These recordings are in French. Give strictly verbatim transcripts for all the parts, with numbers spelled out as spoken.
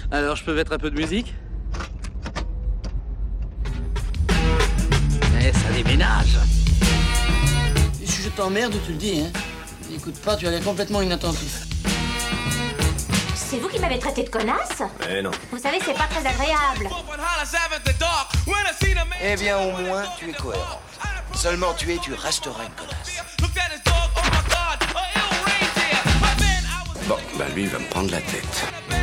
Alors, je peux mettre un peu de musique? Eh, ça déménage! Si je t'emmerde, tu le dis, hein. Écoute pas, tu as l'air complètement inattentif. C'est vous qui m'avez traité de connasse? Eh non. Vous savez, c'est pas très agréable. Eh bien, au moins, tu es cohérente. Seulement tu es, tu resteras une connasse. Bon, bah lui, il va me prendre la tête.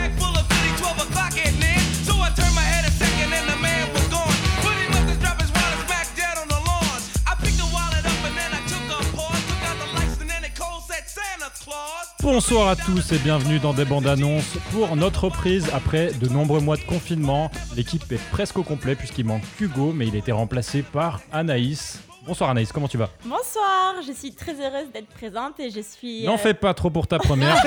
Bonsoir à tous et bienvenue dans des bandes annonces pour notre reprise après de nombreux mois de confinement. L'équipe est presque au complet puisqu'il manque Hugo, mais il a été remplacé par Anaïs. Bonsoir Anaïs, comment tu vas? Bonsoir, je suis très heureuse d'être présente et je suis... N'en euh... fais pas trop pour ta première.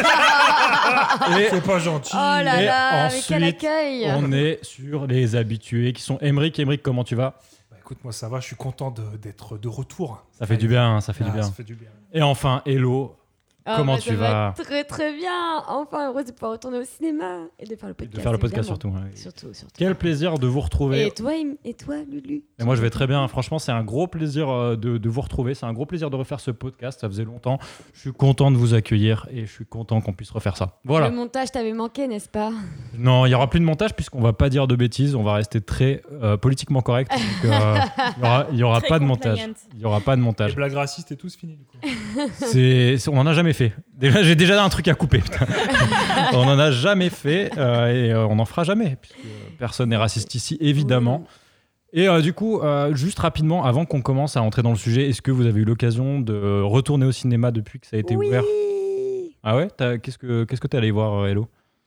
Et... C'est pas gentil. Oh là et là, ensuite, mais quel accueil. On est sur les habitués qui sont Émeric. Émeric, comment tu vas? Bah, écoute, moi ça va, je suis content de, d'être de retour. Ça fait du bien, hein, ça fait ah, du bien. Ça fait du bien. Et enfin, Hello. Oh, Comment bah, tu ça vas? va très très bien. Enfin heureuse de pouvoir retourner au cinéma et de faire le podcast. De faire le podcast évidemment. surtout, ouais. surtout. Surtout. Quel plaisir de vous retrouver. Et toi, et toi, Lulu? Et moi je vais très bien, franchement c'est un gros plaisir de, de vous retrouver, c'est un gros plaisir de refaire ce podcast, ça faisait longtemps, je suis content de vous accueillir et je suis content qu'on puisse refaire ça. Voilà. Le montage t'avait manqué, n'est-ce pas? Non, il n'y aura plus de montage puisqu'on va pas dire de bêtises, on va rester très euh, politiquement correct, donc euh, il n'y aura, il y aura pas de montage. Il y aura pas de montage. Les blagues racistes et tout, c'est fini du coup. c'est, c'est, on n'en a jamais fait. Déjà, j'ai déjà un truc à couper. Putain. On n'en a jamais fait euh, et euh, on n'en fera jamais puisque personne n'est raciste ici, évidemment. Oui. Et euh, du coup, euh, juste rapidement, avant qu'on commence à entrer dans le sujet, est-ce que vous avez eu l'occasion de retourner au cinéma depuis que ça a été oui. ouvert? Ah ouais? T'as, qu'est-ce que qu'est-ce que t'es allé voir, Hello?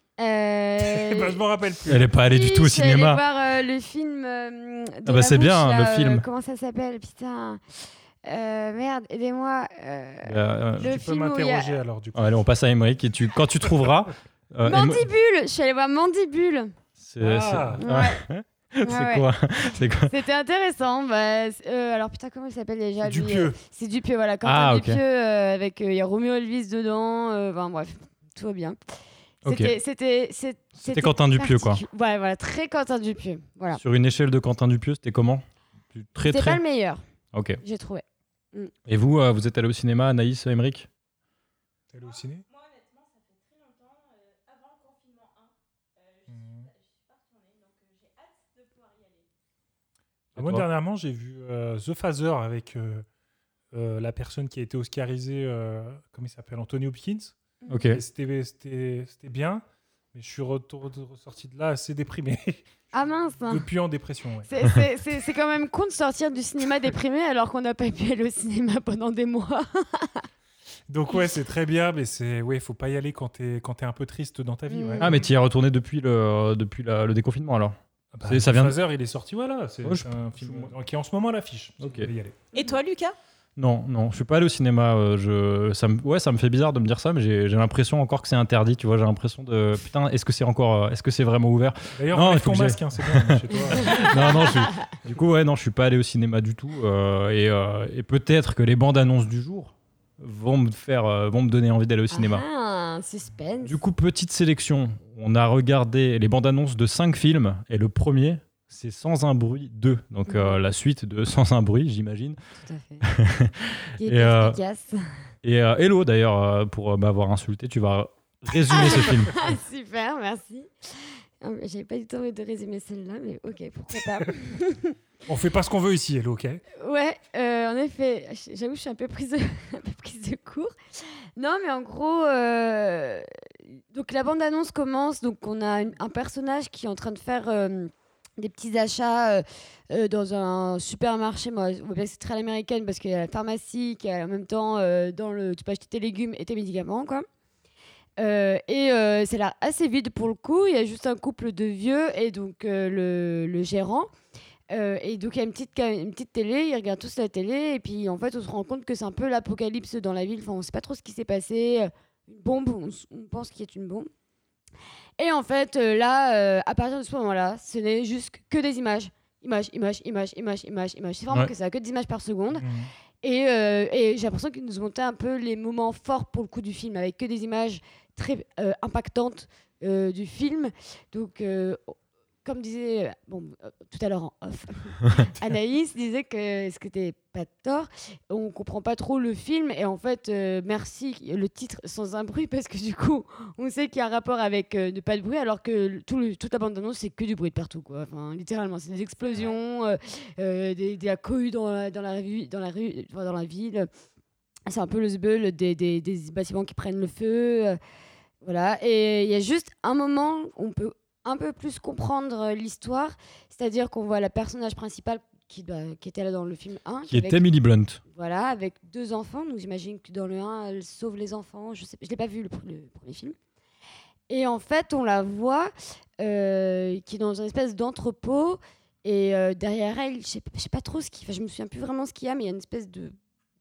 Euh... bah, je m'en rappelle plus. Elle est pas allée oui, du tout au cinéma. Je suis allée voir euh, le film. Euh, de ah bah c'est mouche, bien là, le euh, film. Comment ça s'appelle? Putain. Euh, merde, aidez-moi. Euh, euh, le tu film peux m'interroger a... alors du coup. Allez, on passe à Émeric et tu, quand tu trouveras. Euh, Mandibule. Je suis allée voir Mandibule. C'est, ah. c'est... Ouais. c'est, ouais, quoi c'est quoi C'était intéressant. Bah, euh, alors putain, comment il s'appelle déjà? C'est Dupieux. C'est Dupieux, voilà. Quentin ah, okay. Dupieux euh, avec il euh, y a Roméo Elvis dedans. Enfin euh, bref, tout va bien. C'était, okay. c'était, c'était, c'était Quentin Dupieux quoi. Ouais, voilà, très Quentin Dupieux. Voilà. Sur une échelle de Quentin Dupieux, c'était comment? Très, c'était très... pas le meilleur. Ok. J'ai trouvé. Mm. Et vous, euh, vous êtes allé au cinéma, Anaïs, Émeric? T'es allé au ciné? Moi, honnêtement, ça fait très longtemps. Euh, avant le confinement un, euh, je, mmh. suis, je suis pas retournée, donc euh, j'ai hâte de pouvoir y aller. Ah, moi, dernièrement, j'ai vu euh, The Phaser avec euh, euh, la personne qui a été oscarisée, euh, comment il s'appelle, Anthony Hopkins. Ok. Et c'était, c'était, c'était bien, mais je suis retour, ressorti de là assez déprimé. Ah mince hein. Depuis en dépression, ouais. C'est, c'est, c'est, c'est quand même con de sortir du cinéma déprimé alors qu'on n'a pas pu aller au cinéma pendant des mois. Donc ouais, c'est très bien, mais c'est ouais, faut pas y aller quand t'es quand t'es un peu triste dans ta vie. Ouais. Ah mais t'y es retourné depuis le depuis la, le déconfinement alors. Ah bah, c'est, ça vient. Phaser, il est sorti voilà. C'est, ouais, c'est un film qui est en ce moment à l'affiche. Ok. Y aller. Et toi, Lucas? Non, non, je suis pas allé au cinéma. Euh, je, ça me, ouais, ça me fait bizarre de me dire ça, mais j'ai, j'ai l'impression encore que c'est interdit. Tu vois, j'ai l'impression de putain. Est-ce que c'est encore, est-ce que c'est vraiment ouvert? D'ailleurs, non, il faut ton masque, hein, c'est bien chez toi. non, non, je suis, du coup, ouais, non, je suis pas allé au cinéma du tout. Euh, et, euh, et peut-être que les bandes annonces du jour vont me faire, euh, vont me donner envie d'aller au cinéma. Ah, suspense. Du coup, petite sélection. On a regardé les bandes annonces de cinq films et le premier. C'est Sans un bruit deux, donc mmh. euh, la suite de Sans un bruit, j'imagine. Tout à fait. et euh, et euh, Hello, d'ailleurs, euh, pour m'avoir insulté, tu vas résumer ce film. Super, merci. J'avais pas du tout envie de résumer celle-là, mais ok, pourquoi pas. On fait pas ce qu'on veut ici, Hello, ok? Ouais, euh, en effet, j'avoue, je suis un peu prise de, un peu prise de court. Non, mais en gros, euh, donc la bande-annonce commence, donc on a une, un personnage qui est en train de faire... Euh, des petits achats euh, euh, dans un supermarché. Moi, on va bien que c'est très à l'américaine parce qu'il y a la pharmacie qui est en même temps euh, dans le... Tu peux acheter tes légumes et tes médicaments, quoi. Euh, et euh, c'est là assez vide pour le coup. Il y a juste un couple de vieux et donc euh, le, le gérant. Euh, et donc il y a une petite, une petite télé, ils regardent tous la télé et puis en fait on se rend compte que c'est un peu l'apocalypse dans la ville. Enfin, on ne sait pas trop ce qui s'est passé. Une bombe, on, on pense qu'il y a une bombe. Et en fait, euh, là, euh, à partir de ce moment-là, ce n'est juste que des images. Images, images, images, images, images, images. C'est vraiment ouais. que ça, que des images par seconde. Mmh. Et, euh, et j'ai l'impression qu'ils nous ont montré un peu les moments forts pour le coup du film, avec que des images très euh, impactantes, euh, du film. Donc, euh, comme disait bon, euh, tout à l'heure en off, Anaïs disait que ce qui n'était pas tort, on ne comprend pas trop le film. Et en fait, euh, merci le titre Sans un bruit, parce que du coup, on sait qu'il y a un rapport avec euh, ne pas de bruit, alors que tout le, toute la bande-annonce, c'est que du bruit de partout, quoi. Enfin, littéralement, c'est des explosions, euh, euh, des, des cohues dans la, dans, la rue, dans, la rue, enfin, dans la ville. C'est un peu le zbeul des, des, des bâtiments qui prennent le feu. Euh, voilà. Et il y a juste un moment où on peut un peu plus comprendre l'histoire, c'est-à-dire qu'on voit la personnage principale qui, bah, qui était là dans le film un. Qui est Emily Blunt. Voilà, avec deux enfants. Donc j'imagine que dans le un, elle sauve les enfants. Je ne l'ai pas vu, le, le premier film. Et en fait, on la voit euh, qui est dans une espèce d'entrepôt. Et euh, derrière elle, je ne sais, sais pas trop ce qu'il y a. Je ne me souviens plus vraiment ce qu'il y a, mais il y a une espèce de,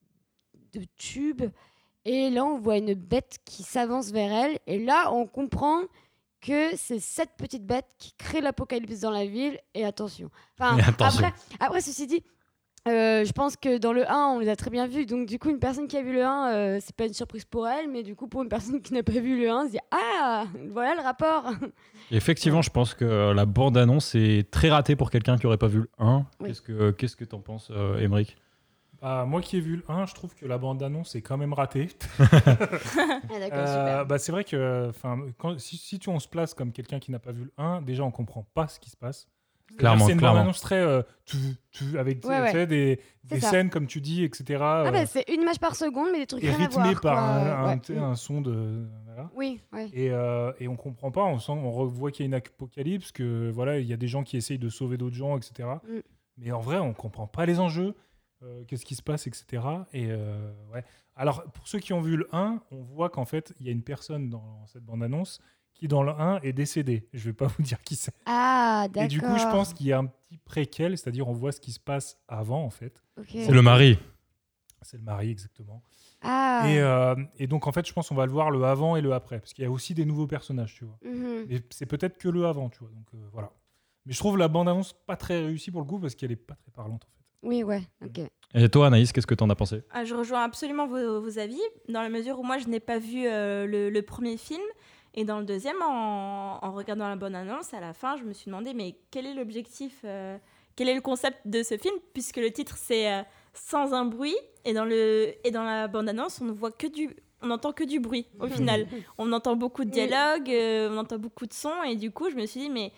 de tube. Et là, on voit une bête qui s'avance vers elle. Et là, on comprend que c'est cette petite bête qui crée l'apocalypse dans la ville. Et attention. Enfin, et attention. Après, après, ceci dit, euh, je pense que dans le un, on les a très bien vus. Donc, du coup, une personne qui a vu le un, euh, c'est pas une surprise pour elle. Mais du coup, pour une personne qui n'a pas vu le un, se dit « Ah, voilà le rapport !» Effectivement, je pense que la bande-annonce est très ratée pour quelqu'un qui n'aurait pas vu le un. Oui. Qu'est-ce que qu'est-ce que t'en penses, euh, Émeric ? Bah, moi qui ai vu le un, je trouve que la bande-annonce est quand même ratée. Ah, d'accord, Euh, super. bah, c'est vrai que quand, si, si tu, on se place comme quelqu'un qui n'a pas vu le un, déjà on comprend pas ce qui se passe. Clairement, c'est une clairement. bande-annonce très euh, tu, tu, avec Ouais, tu sais, ouais. des, C'est des ça. scènes comme tu dis, et cetera. Ah bah, euh, c'est une image par seconde, mais des trucs et rien à rythmé voir, par quoi. un, un, Ouais. tu sais, un son de voilà. Oui, ouais. Et, euh, et on comprend pas, on sent, on revoit qu'il y a une apocalypse, que voilà, il y a des gens qui essayent de sauver d'autres gens, et cetera. Mm. Mais en vrai, on comprend pas les enjeux, euh, qu'est-ce qui se passe, et cetera. Et euh, ouais. Alors pour ceux qui ont vu le un, on voit qu'en fait il y a une personne dans cette bande-annonce qui dans le un est décédée. Je vais pas vous dire qui c'est. Ah, d'accord. Et du coup, je pense qu'il y a un petit préquel, c'est-à-dire on voit ce qui se passe avant en fait. Ok. C'est le mari. C'est le mari exactement. Ah. Et, euh, et donc en fait, je pense qu'on va le voir le avant et le après, parce qu'il y a aussi des nouveaux personnages, tu vois. Mhm. Mais c'est peut-être que le avant, tu vois. Donc euh, voilà. Mais je trouve la bande-annonce pas très réussie pour le coup parce qu'elle est pas très parlante en fait. Oui, ouais, ok. Et toi, Anaïs, qu'est-ce que t'en as pensé ? Ah, je rejoins absolument vos, vos avis, dans la mesure où moi, je n'ai pas vu euh, le, le premier film. Et dans le deuxième, en, en regardant la bande-annonce, à la fin, je me suis demandé, mais quel est l'objectif, euh, quel est le concept de ce film ? Puisque le titre, c'est euh, Sans un bruit. Et dans, le, et dans la bande-annonce, on ne voit que du... On n'entend que du bruit, au final. On entend beaucoup de dialogues, euh, on entend beaucoup de sons. Et du coup, je me suis dit, mais...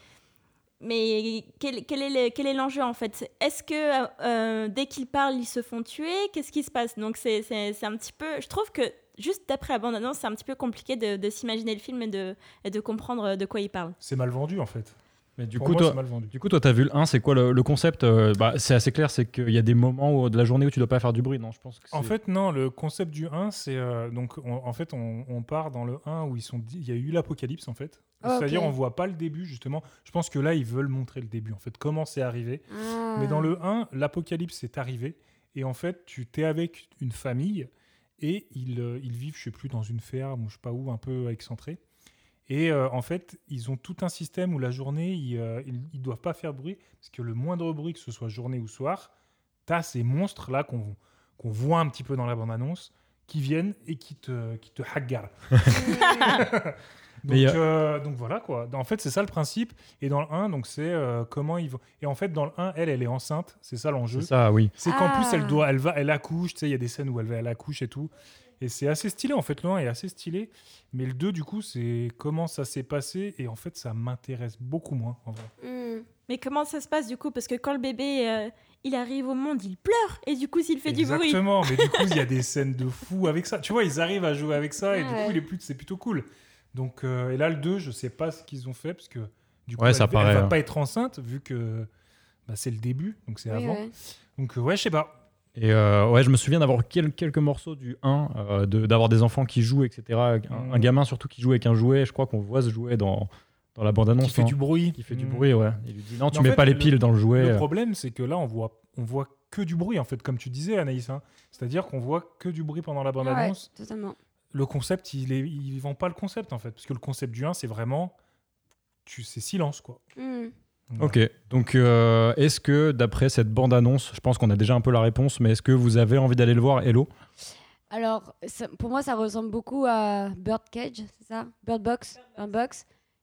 Mais quel, quel, est le, quel est l'enjeu en fait ? Est-ce que euh, dès qu'ils parlent, ils se font tuer ? Qu'est-ce qui se passe ? Donc c'est, c'est, c'est un petit peu... Je trouve que juste d'après la bande-annonce, c'est un petit peu compliqué de, de s'imaginer le film et de, et de comprendre de quoi il parle. C'est mal vendu en fait. Mais du Pour coup, moi, toi, c'est mal vendu. du coup, toi, t'as vu le un, c'est quoi le, le concept ? Euh, bah, c'est assez clair, c'est qu'il y a des moments où, de la journée où tu dois pas faire du bruit, non ? Je pense que c'est... En fait, non, le concept du un, c'est... euh, donc, on- en fait, on, on part dans le un où ils sont dit- il y a eu l'apocalypse, en fait. Oh, C'est-à-dire, ok. on voit pas le début, justement. Je pense que là, ils veulent montrer le début, en fait, comment c'est arrivé. Ah. Mais dans le un, l'apocalypse est arrivé. Et en fait, tu t'es avec une famille et ils, euh, ils vivent, je sais plus, dans une ferme ou je sais pas où, un peu excentré. Et euh, en fait, ils ont tout un système où la journée, ils, euh, ils, ils doivent pas faire bruit parce que le moindre bruit, que ce soit journée ou soir, t'as ces monstres-là qu'on qu'on voit un petit peu dans la bande-annonce qui viennent et qui te, qui te haggarent. Donc, Mais, euh, euh, donc voilà quoi. En fait, c'est ça le principe. Et dans le un, donc c'est euh, comment ils vont. Et en fait, dans le un, elle, elle est enceinte. C'est ça l'enjeu. C'est ça, oui. C'est qu'en Ah. plus, elle doit, elle va, elle accouche. Tu sais, il y a des scènes où elle va, elle accouche et tout. Et c'est assez stylé en fait. Le un est assez stylé. Mais le deux, du coup, c'est comment ça s'est passé. Et en fait, ça m'intéresse beaucoup moins en vrai. Hmm. Mais comment ça se passe du coup ? Parce que quand le bébé euh, il arrive au monde, il pleure. Et du coup, s'il fait du bruit... Exactement. Mais du coup, il y a des scènes de fou avec ça. Tu vois, ils arrivent à jouer avec ça. Et Ah du ouais. coup, il est plus, c'est plutôt cool. Donc, euh, et là, le deux, je sais pas ce qu'ils ont fait. Parce que du coup, Ouais, elle, ça elle paraît, va hein. pas être enceinte vu que bah, c'est le début. Donc, c'est Oui, avant. ouais. Donc, euh, ouais, je sais pas. Et euh, ouais, je me souviens d'avoir quel- quelques morceaux du un, euh, de- d'avoir des enfants qui jouent, et cetera. Un, Mm. un gamin surtout qui joue avec un jouet, je crois qu'on voit ce jouet dans, dans la bande-annonce. Qui fait non du bruit. Qui fait du Mm. bruit, ouais. Il lui dit non, tu Mais en mets fait, pas les le- piles dans le jouet. Le problème, c'est que là, on voit, on voit que du bruit, en fait, comme tu disais, Anaïs. hein. C'est-à-dire qu'on voit que du bruit pendant la Ah ouais, bande-annonce. totalement. Le concept, il est, il vend pas le concept, en fait. Parce que le concept du un, c'est vraiment... Tu, c'est silence, quoi. Hmm. Ok, donc euh, est-ce que d'après cette bande-annonce, je pense qu'on a déjà un peu la réponse, mais est-ce que vous avez envie d'aller le voir, Hello ? Alors, ça- pour moi, ça ressemble beaucoup à Birdcage, c'est ça ? Bird Box, Bird Box.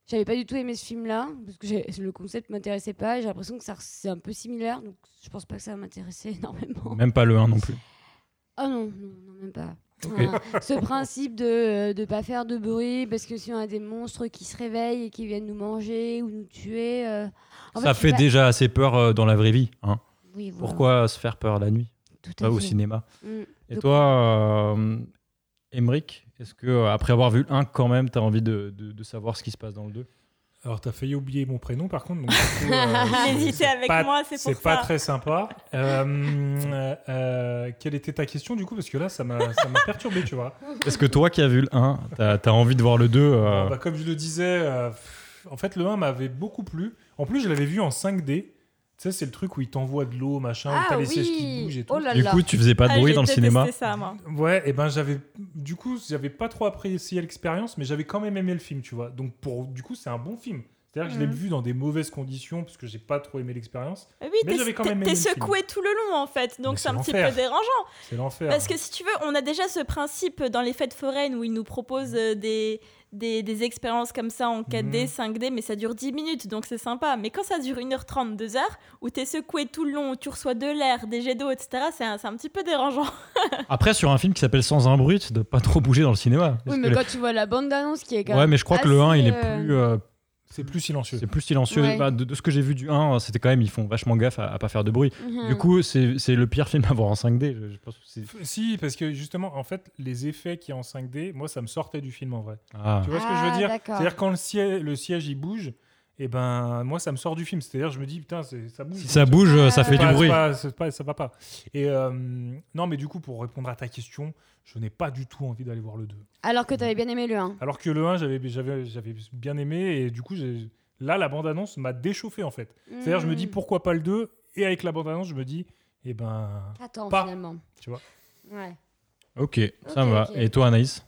j'avais pas du tout aimé ce film-là parce que j'ai, le concept m'intéressait pas. Et j'ai l'impression que ça, c'est un peu similaire, donc je pense pas que ça va m'intéresser énormément. Même pas le un non plus. Ah non, non, non, même pas. Okay. Enfin, ce principe de ne pas faire de bruit parce que si on a des monstres qui se réveillent et qui viennent nous manger ou nous tuer. Euh... En ça fait, fait pas... déjà assez peur euh, dans la vraie vie. Hein. Oui, voilà. Pourquoi se faire peur la nuit? Tout Pas à au fait. cinéma. Mmh. Et Donc, toi, euh, Emmerich, est-ce que après avoir vu le un, quand même, tu as envie de, de, de savoir ce qui se passe dans le deux? Alors, t'as failli oublier mon prénom, par contre. Donc, du coup, euh, J'ai hésité avec pas, moi, c'est pour C'est pas ça. très sympa. Euh, euh, euh, quelle était ta question, du coup? Parce que là, ça m'a, ça m'a perturbé, tu vois. Est-ce que toi qui as vu le un, tu as envie de voir le deux euh... Bon, bah, comme je le disais, euh, en fait, le un m'avait beaucoup plu. En plus, je l'avais vu en cinq D. Tu sais, c'est le truc où il t'envoie de l'eau, machin, Ah où t'as les oui. sièges qui bougent et tout. Oh là Du là. coup, tu faisais pas de Ah, bruit j'ai dans le détesté cinéma? ça, moi. Ouais, et ben j'avais, du coup, j'avais pas trop apprécié l'expérience, mais j'avais quand même aimé le film, tu vois. Donc, pour, du coup, c'est un bon film. C'est-à-dire que je l'ai Mhm. vu dans des mauvaises conditions, parce que j'ai pas trop aimé l'expérience. Oui, Mais t'es, j'avais quand t'es- même t'es aimé le film. secoué tout le long, en fait. Donc Mais c'est c'est un petit l'enfer. peu dérangeant. C'est l'enfer. Parce que si tu veux, on a déjà ce principe dans les fêtes foraines où ils nous proposent euh, des, des, des expériences comme ça en quatre D, Mhm. cinq D, mais ça dure dix minutes, donc c'est sympa. Mais quand ça dure une heure trente, deux heures, où t'es secoué tout le long, où tu reçois de l'air, des jets d'eau, et cetera, c'est un, c'est un petit peu dérangeant. Après, sur un film qui s'appelle Sans un bruit, tu dois pas trop bouger dans le cinéma. Oui, Parce mais que quand tu vois la bande d'annonce qui est quand les- Ouais, même mais je crois que le un, assez, il est euh, plus. euh, C'est plus silencieux. C'est plus silencieux. Ouais. Bah, de, de ce que j'ai vu du un, c'était quand même, ils font vachement gaffe à, à pas faire de bruit. mhm. Du coup, c'est c'est le pire film à voir en cinq D. Je, je pense que c'est... F- Si, parce que justement, en fait, les effets qu'il y a en cinq D, moi, ça me sortait du film en vrai. Ah. Tu vois ce que je Ah, veux dire? d'accord. C'est-à-dire quand le siège, le siège il bouge, et ben moi ça me sort du film. C'est-à-dire je me dis putain c'est, ça bouge. Si ça bouge, Ah. ça C'est fait pas- du bruit. c'est pas- c'est pas- ça va pas. Et euh, non mais du coup pour répondre à ta question, je n'ai pas du tout envie d'aller voir le deux. Alors que t'avais bien aimé le un. Alors que le un j'avais j'avais j'avais bien aimé et du coup j'ai, là la bande annonce m'a déchauffé en fait. C'est-à-dire je me dis Mhm. pourquoi pas le deux et avec la bande annonce je me dis eh ben Attends, pas. finalement. Tu vois. Ouais. Ok, ça Ok, va. ok. Et toi, Anaïs?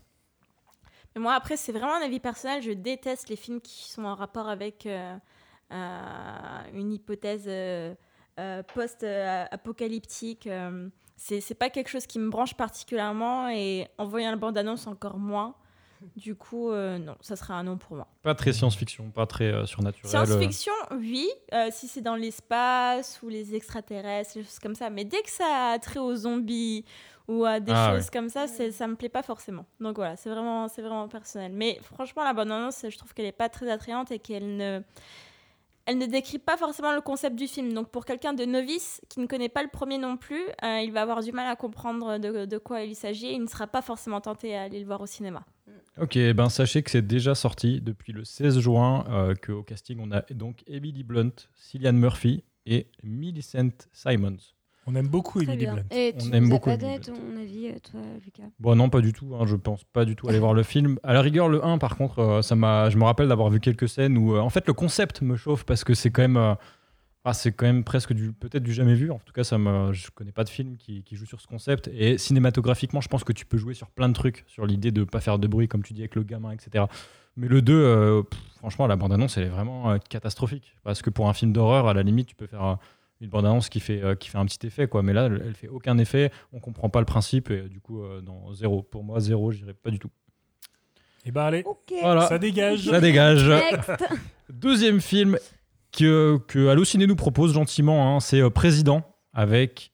Mais moi, après, c'est vraiment un avis personnel. Je déteste les films qui sont en rapport avec euh, euh, une hypothèse euh, euh, post-apocalyptique. Euh, c'est, c'est pas quelque chose qui me branche particulièrement et en voyant la bande-annonce, encore moins. Du coup, euh, non, ça serait un non pour moi. Pas très science-fiction, pas très euh, surnaturel. Science-fiction, oui, euh, si c'est dans l'espace ou les extraterrestres, des choses comme ça. Mais dès que ça a trait aux zombies ou à des Ah, choses comme ça, c'est, ça me plaît pas forcément. Donc voilà, c'est vraiment, c'est vraiment personnel. Mais franchement, la bande-annonce, je trouve qu'elle est pas très attrayante et qu'elle ne, elle ne décrit pas forcément le concept du film. Donc pour quelqu'un de novice qui ne connaît pas le premier non plus, euh, il va avoir du mal à comprendre de, de quoi il s'agit et il ne sera pas forcément tenté à aller le voir au cinéma. Ok, ben sachez que c'est déjà sorti depuis le seize juin, euh, qu'au casting, on a donc Emily Blunt, Cillian Murphy et Millicent Simons. On aime beaucoup Très Emily bien. Blunt. Et On tu aime nous as beaucoup pas Emily donné Blunt. ton avis, euh, toi, Lucas? Bon, non, pas du tout. Hein, je pense pas du tout aller voir le film. À la rigueur, le un, par contre, euh, ça m'a, je me rappelle d'avoir vu quelques scènes où, euh, en fait, le concept me chauffe parce que c'est quand même, euh, ah, c'est quand même presque du, peut-être du jamais vu. En tout cas, ça me, je connais pas de film qui, qui joue sur ce concept. Et cinématographiquement, je pense que tu peux jouer sur plein de trucs, sur l'idée de pas faire de bruit, comme tu dis avec le gamin, et cetera. Mais le deux, euh, pff, franchement, la bande-annonce, elle est vraiment euh, catastrophique. Parce que pour un film d'horreur, à la limite, tu peux faire euh, une bande-annonce qui fait, euh, qui fait un petit effet, quoi. Mais là, elle, elle fait aucun effet. On comprend pas le principe. Et euh, du coup, euh, non, zéro. Pour moi, zéro, j'irai pas du tout. Et ben allez, Ok. Voilà. ça dégage. Ça dégage. Next. Deuxième film que, que Allociné nous propose gentiment, hein, c'est euh, Président, avec...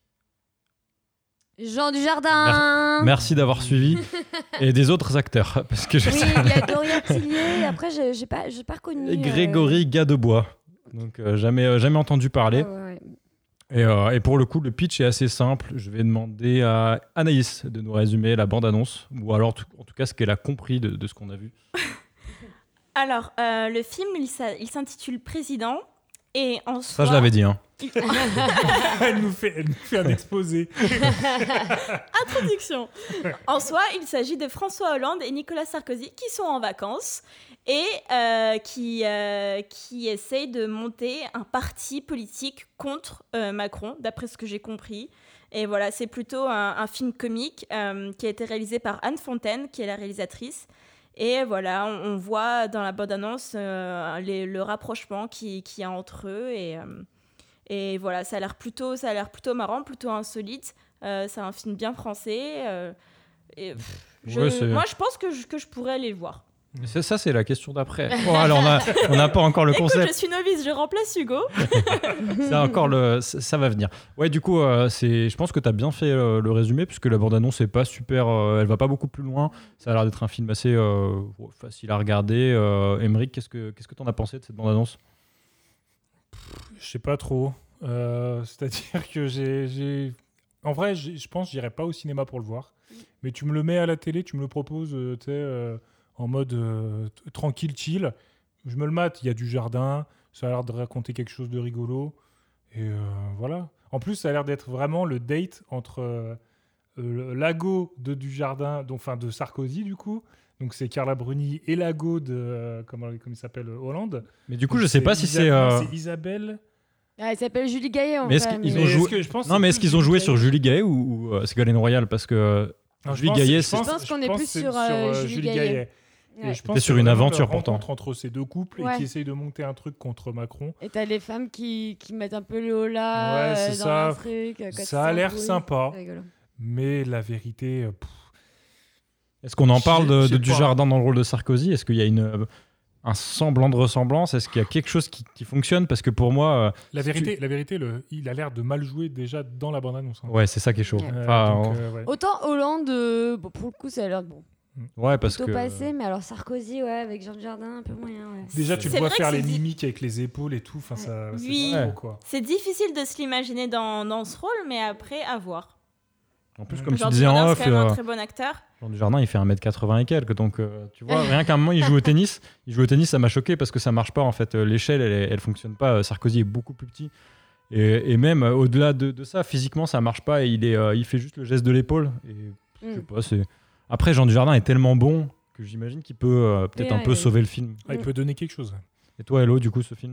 Jean Dujardin. Merci d'avoir suivi. Et des autres acteurs. Parce que je Oui, sais- il y a Doria Tillier. Et après, j'ai j'ai pas, j'ai pas reconnu. Et euh, Grégory Gadebois. Donc, euh, jamais, euh, jamais entendu parler. ouais, ouais, ouais. Et, euh, et pour le coup, le pitch est assez simple. Je vais demander à Anaïs de nous résumer la bande-annonce, ou alors tout- en tout cas ce qu'elle a compris de, de ce qu'on a vu. Alors, euh, le film, il, s'a- il s'intitule Président. Et en Ça, soi, je l'avais dit. Hein. il- elle, nous fait, elle nous fait un exposé. Introduction. En soi, il s'agit de François Hollande et Nicolas Sarkozy qui sont en vacances et euh, qui, euh, qui essayent de monter un parti politique contre euh, Macron, d'après ce que j'ai compris. Et voilà, c'est plutôt un, un film comique euh, qui a été réalisé par Anne Fontaine, qui est la réalisatrice. Et voilà, on, on voit dans la bande-annonce euh, les- le rapprochement qu'il qui y a entre eux. Et, euh, et voilà, ça a l'air plutôt, ça a l'air plutôt marrant, plutôt insolite. Euh, c'est un film bien français. euh, et, pff, je- Ouais, c'est- moi, je pense que je, que je pourrais aller le voir. C'est ça, c'est la question d'après. Bon, alors on a, on n'a pas encore le Écoute, concept. je suis novice, je remplace Hugo. C'est encore le, ça, ça va venir. Ouais, du coup, euh, c'est, je pense que tu as bien fait euh, le résumé, puisque la bande-annonce n'est pas super, euh, elle va pas beaucoup plus loin. Ça a l'air d'être un film assez euh, facile à regarder. Euh, Émeric, qu'est-ce que qu'est-ce que t'en as pensé de cette bande-annonce ? Je sais pas trop. Euh, c'est-à-dire que j'ai, j'ai... En vrai, j'ai, je pense que j'irai pas au cinéma pour le voir. Mais tu me le mets à la télé, tu me le proposes, euh, tu sais, euh, en mode euh, t- tranquille, chill. Je me le mate, il y a du jardin, ça a l'air de raconter quelque chose de rigolo. Et euh, voilà. En plus, ça a l'air d'être vraiment le date entre euh, euh, Lago de Dujardin, donc, enfin de Sarkozy, du coup. Donc c'est Carla Bruni et Lago de, euh, comment, comment il s'appelle, Hollande. Mais du coup, Donc, je sais pas si Isa- c'est. non, euh, c'est Isabelle. Ah, elle s'appelle Julie Gaillet en Mais est-ce vrai. qu'ils mais- ont Mais joué- est-ce que je pense Non, que mais c'est est-ce qu'ils ont Julie joué Gaillet sur Julie Gaillet ou, ou euh, Ségolène Royal ? Parce que Non, je Julie pense- Gaillet, je c'est- pense- Je pense qu'on est pense plus que c'est sur, euh, Julie Gaillet. Et Ouais. je pense C'était que sur c'est une vraiment aventure, la pourtant. rencontre entre ces deux couples Ouais. et qui essayent de monter un truc contre Macron. Et t'as les femmes qui, qui mettent un peu le holà Ouais, c'est euh, dans ça. un truc. euh, quand Ça a ils l'air s'embrouillent. sympa. C'est rigolo. Mais la vérité, euh, pff, est-ce qu'on en parle Je- de, je de sais Dujardin dans le rôle de Sarkozy ? Est-ce qu'il y a une, euh, un semblant de ressemblance ? Est-ce qu'il y a quelque chose qui, qui fonctionne ? Parce que pour moi, euh, la si vérité, la vérité le, il a l'air de mal jouer déjà dans la bande-annonce. hein. ouais, c'est ça qui est chaud. Ouais. Euh, Enfin, donc, on- euh, ouais. Autant Hollande, euh, bon, pour le coup, ça a l'air bon, ouais, parce plutôt que. passé, mais alors Sarkozy, ouais, avec Jean Dujardin, un peu moyen. Ouais. Déjà, tu C'est le vois vrai faire que les c'est di- mimiques avec les épaules et tout. Enfin, ça, c'est Oui. pas Ouais. trop, quoi. C'est difficile de se l'imaginer dans, dans ce rôle, mais après, à voir. En plus, comme tu Jean disais en Dujardin, off, c'est quand même euh, un très bon acteur. Jean Dujardin, il fait un mètre quatre-vingts et quelques. Donc, euh, tu vois, rien qu'à un moment, il joue au tennis. Il joue au tennis, ça m'a choqué parce que ça marche pas. En fait, Euh, l'échelle, elle, elle fonctionne pas. Euh, Sarkozy est beaucoup plus petit. Et, et même euh, au-delà de, de ça, physiquement, ça marche pas. Et il, est, euh, il fait juste le geste de l'épaule. Et je sais Mm. pas, c'est... Après, Jean Dujardin est tellement bon que j'imagine qu'il peut euh, peut-être Oui, un ouais, peu ouais. sauver le film. Ah, il peut donner quelque chose. Et toi, Hello, du coup, ce film ?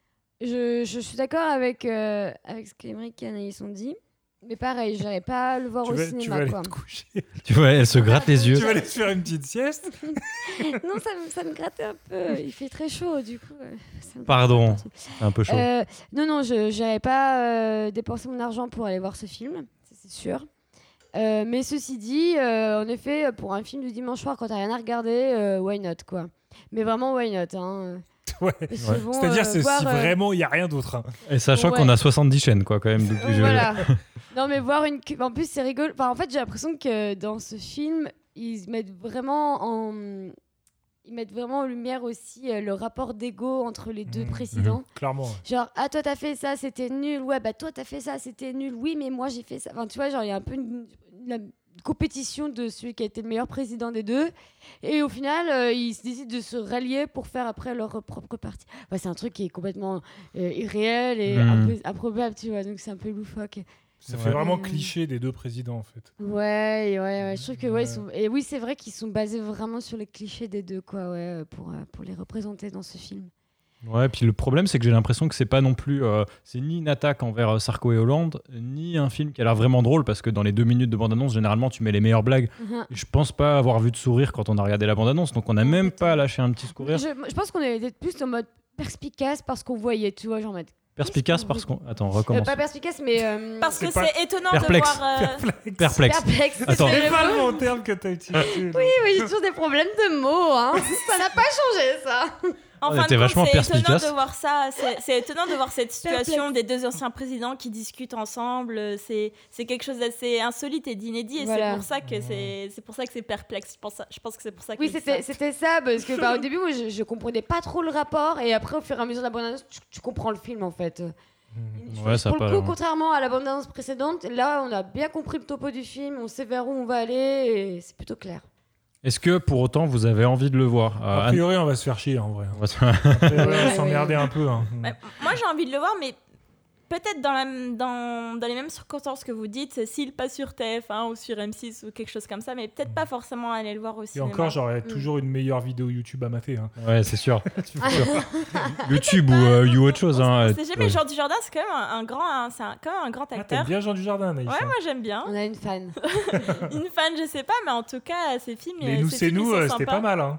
Je, je suis d'accord avec, euh, avec ce qu'Émeric et Anaïs ont dit. Mais pareil, je n'irais pas le voir Tu au vas, tu vas cinéma. aller Quoi. te coucher. Tu vois, elle se gratte les yeux. Tu vas aller te faire une petite sieste. non, ça, me- ça me grattait un peu. Il fait très chaud, du coup. euh, ça me Pardon. gratte un peu. C'est un peu chaud. Euh, non, non, je n'irais pas euh, dépenser mon argent pour aller voir ce film, ça, c'est sûr. Euh, mais ceci dit, euh, en effet, pour un film du dimanche soir, quand t'as rien à regarder, euh, why not, quoi. Mais vraiment, why not, hein. Ouais. Parce que Ouais. bon, C'est-à-dire, euh, c'est voir, si euh, vraiment il n'y a rien d'autre. hein. Et sachant ouais. qu'on a soixante-dix chaînes, quoi, quand même. donc je- Voilà. Non, mais voir une. cu- En plus, c'est rigolo. Enfin, en fait, j'ai l'impression que dans ce film, ils mettent vraiment en. Ils mettent vraiment en lumière aussi euh, le rapport d'ego entre les deux Mhm. présidents. Clairement. ouais. Genre, ah, toi, t'as fait ça, c'était nul. Ouais, bah, toi, t'as fait ça, c'était nul. Oui, mais moi, j'ai fait ça. Enfin, tu vois, genre, il y a un peu une, la compétition de celui qui a été le meilleur président des deux. Et au final, euh, ils se décident de se rallier pour faire après leur propre parti. Enfin, c'est un truc qui est complètement euh, irréel et Mhm. un peu improbable, tu vois. Donc, c'est un peu loufoque. Ça Ouais. fait vraiment Euh, cliché des deux présidents, en fait. Ouais, ouais, ouais. Je trouve que, ouais, ils Ouais. sont... Et oui, c'est vrai qu'ils sont basés vraiment sur les clichés des deux, quoi, ouais, pour, euh, pour les représenter dans ce film. Ouais, puis le problème, c'est que j'ai l'impression que c'est pas non plus. euh, c'est ni une attaque envers euh, Sarko et Hollande, ni un film qui a l'air vraiment drôle, parce que dans les deux minutes de bande-annonce, généralement, tu mets les meilleures blagues. Mhm. Et je pense pas avoir vu de sourire quand on a regardé la bande-annonce, donc on a même pas lâché un petit sourire. Je, je pense qu'on était plus en mode perspicace parce qu'on voyait, tu vois, genre en mode. Perspicace parce qu'on. Attends, Euh, recommence. pas perspicace, mais. euh, Parce que C'est pas- c'est étonnant Perplexe. de voir. euh, Perplexe. perplexe. Attends. c'est C'est le pas mot. le bon terme que t'as utilisé. Oui, oui, j'ai toujours des problèmes de mots, hein. Ça n'a pas changé, ça. En On fin était de compte, vachement c'est étonnant perspicace. de voir ça. C'est c'est étonnant de voir cette situation des deux anciens présidents qui discutent ensemble. C'est c'est quelque chose d'assez insolite et d'inédit. Et Voilà. c'est pour ça que c'est c'est pour ça que c'est perplexe. Je pense je pense que c'est pour ça. Oui, qu'il dit c'était ça. c'était ça, parce que bah, au début, moi, je, je comprenais pas trop le rapport, et après, au fur et à mesure de la bande-annonce, tu, tu comprends le film, en fait. Ouais, ça Pour a le pas- coup, contrairement à la bande-annonce précédente, là, on a bien compris le topo du film, on sait vers où on va aller, et c'est plutôt clair. Est-ce que pour autant vous avez envie de le voir Euh, A Anne- priori, on va se faire chier, en vrai. on va se- A priori, on va Ouais, s'emmerder un peu. hein. Ouais, moi, j'ai envie de le voir, mais peut-être dans, la, dans, dans les mêmes circonstances que vous dites, s'il passe sur T F un ou sur M six ou quelque chose comme ça, mais peut-être pas forcément aller le voir au Et cinéma. encore, j'aurais toujours une meilleure vidéo YouTube à mater. hein. Ouais, c'est sûr. C'est sûr. YouTube ou, euh, ou autre chose. Hein. On sait jamais, Jean Dujardin, c'est quand même un, un grand, un- c'est un- quand même un grand Ah, acteur. t'aimes bien Jean Dujardin, Anaïs Ouais, hein. moi j'aime bien. On a une fan. Une fan, je sais pas, mais en tout cas, ses films. Mais euh, nous, ses c'est films, nous, ils sont euh, c'était sympas. pas mal. Hein.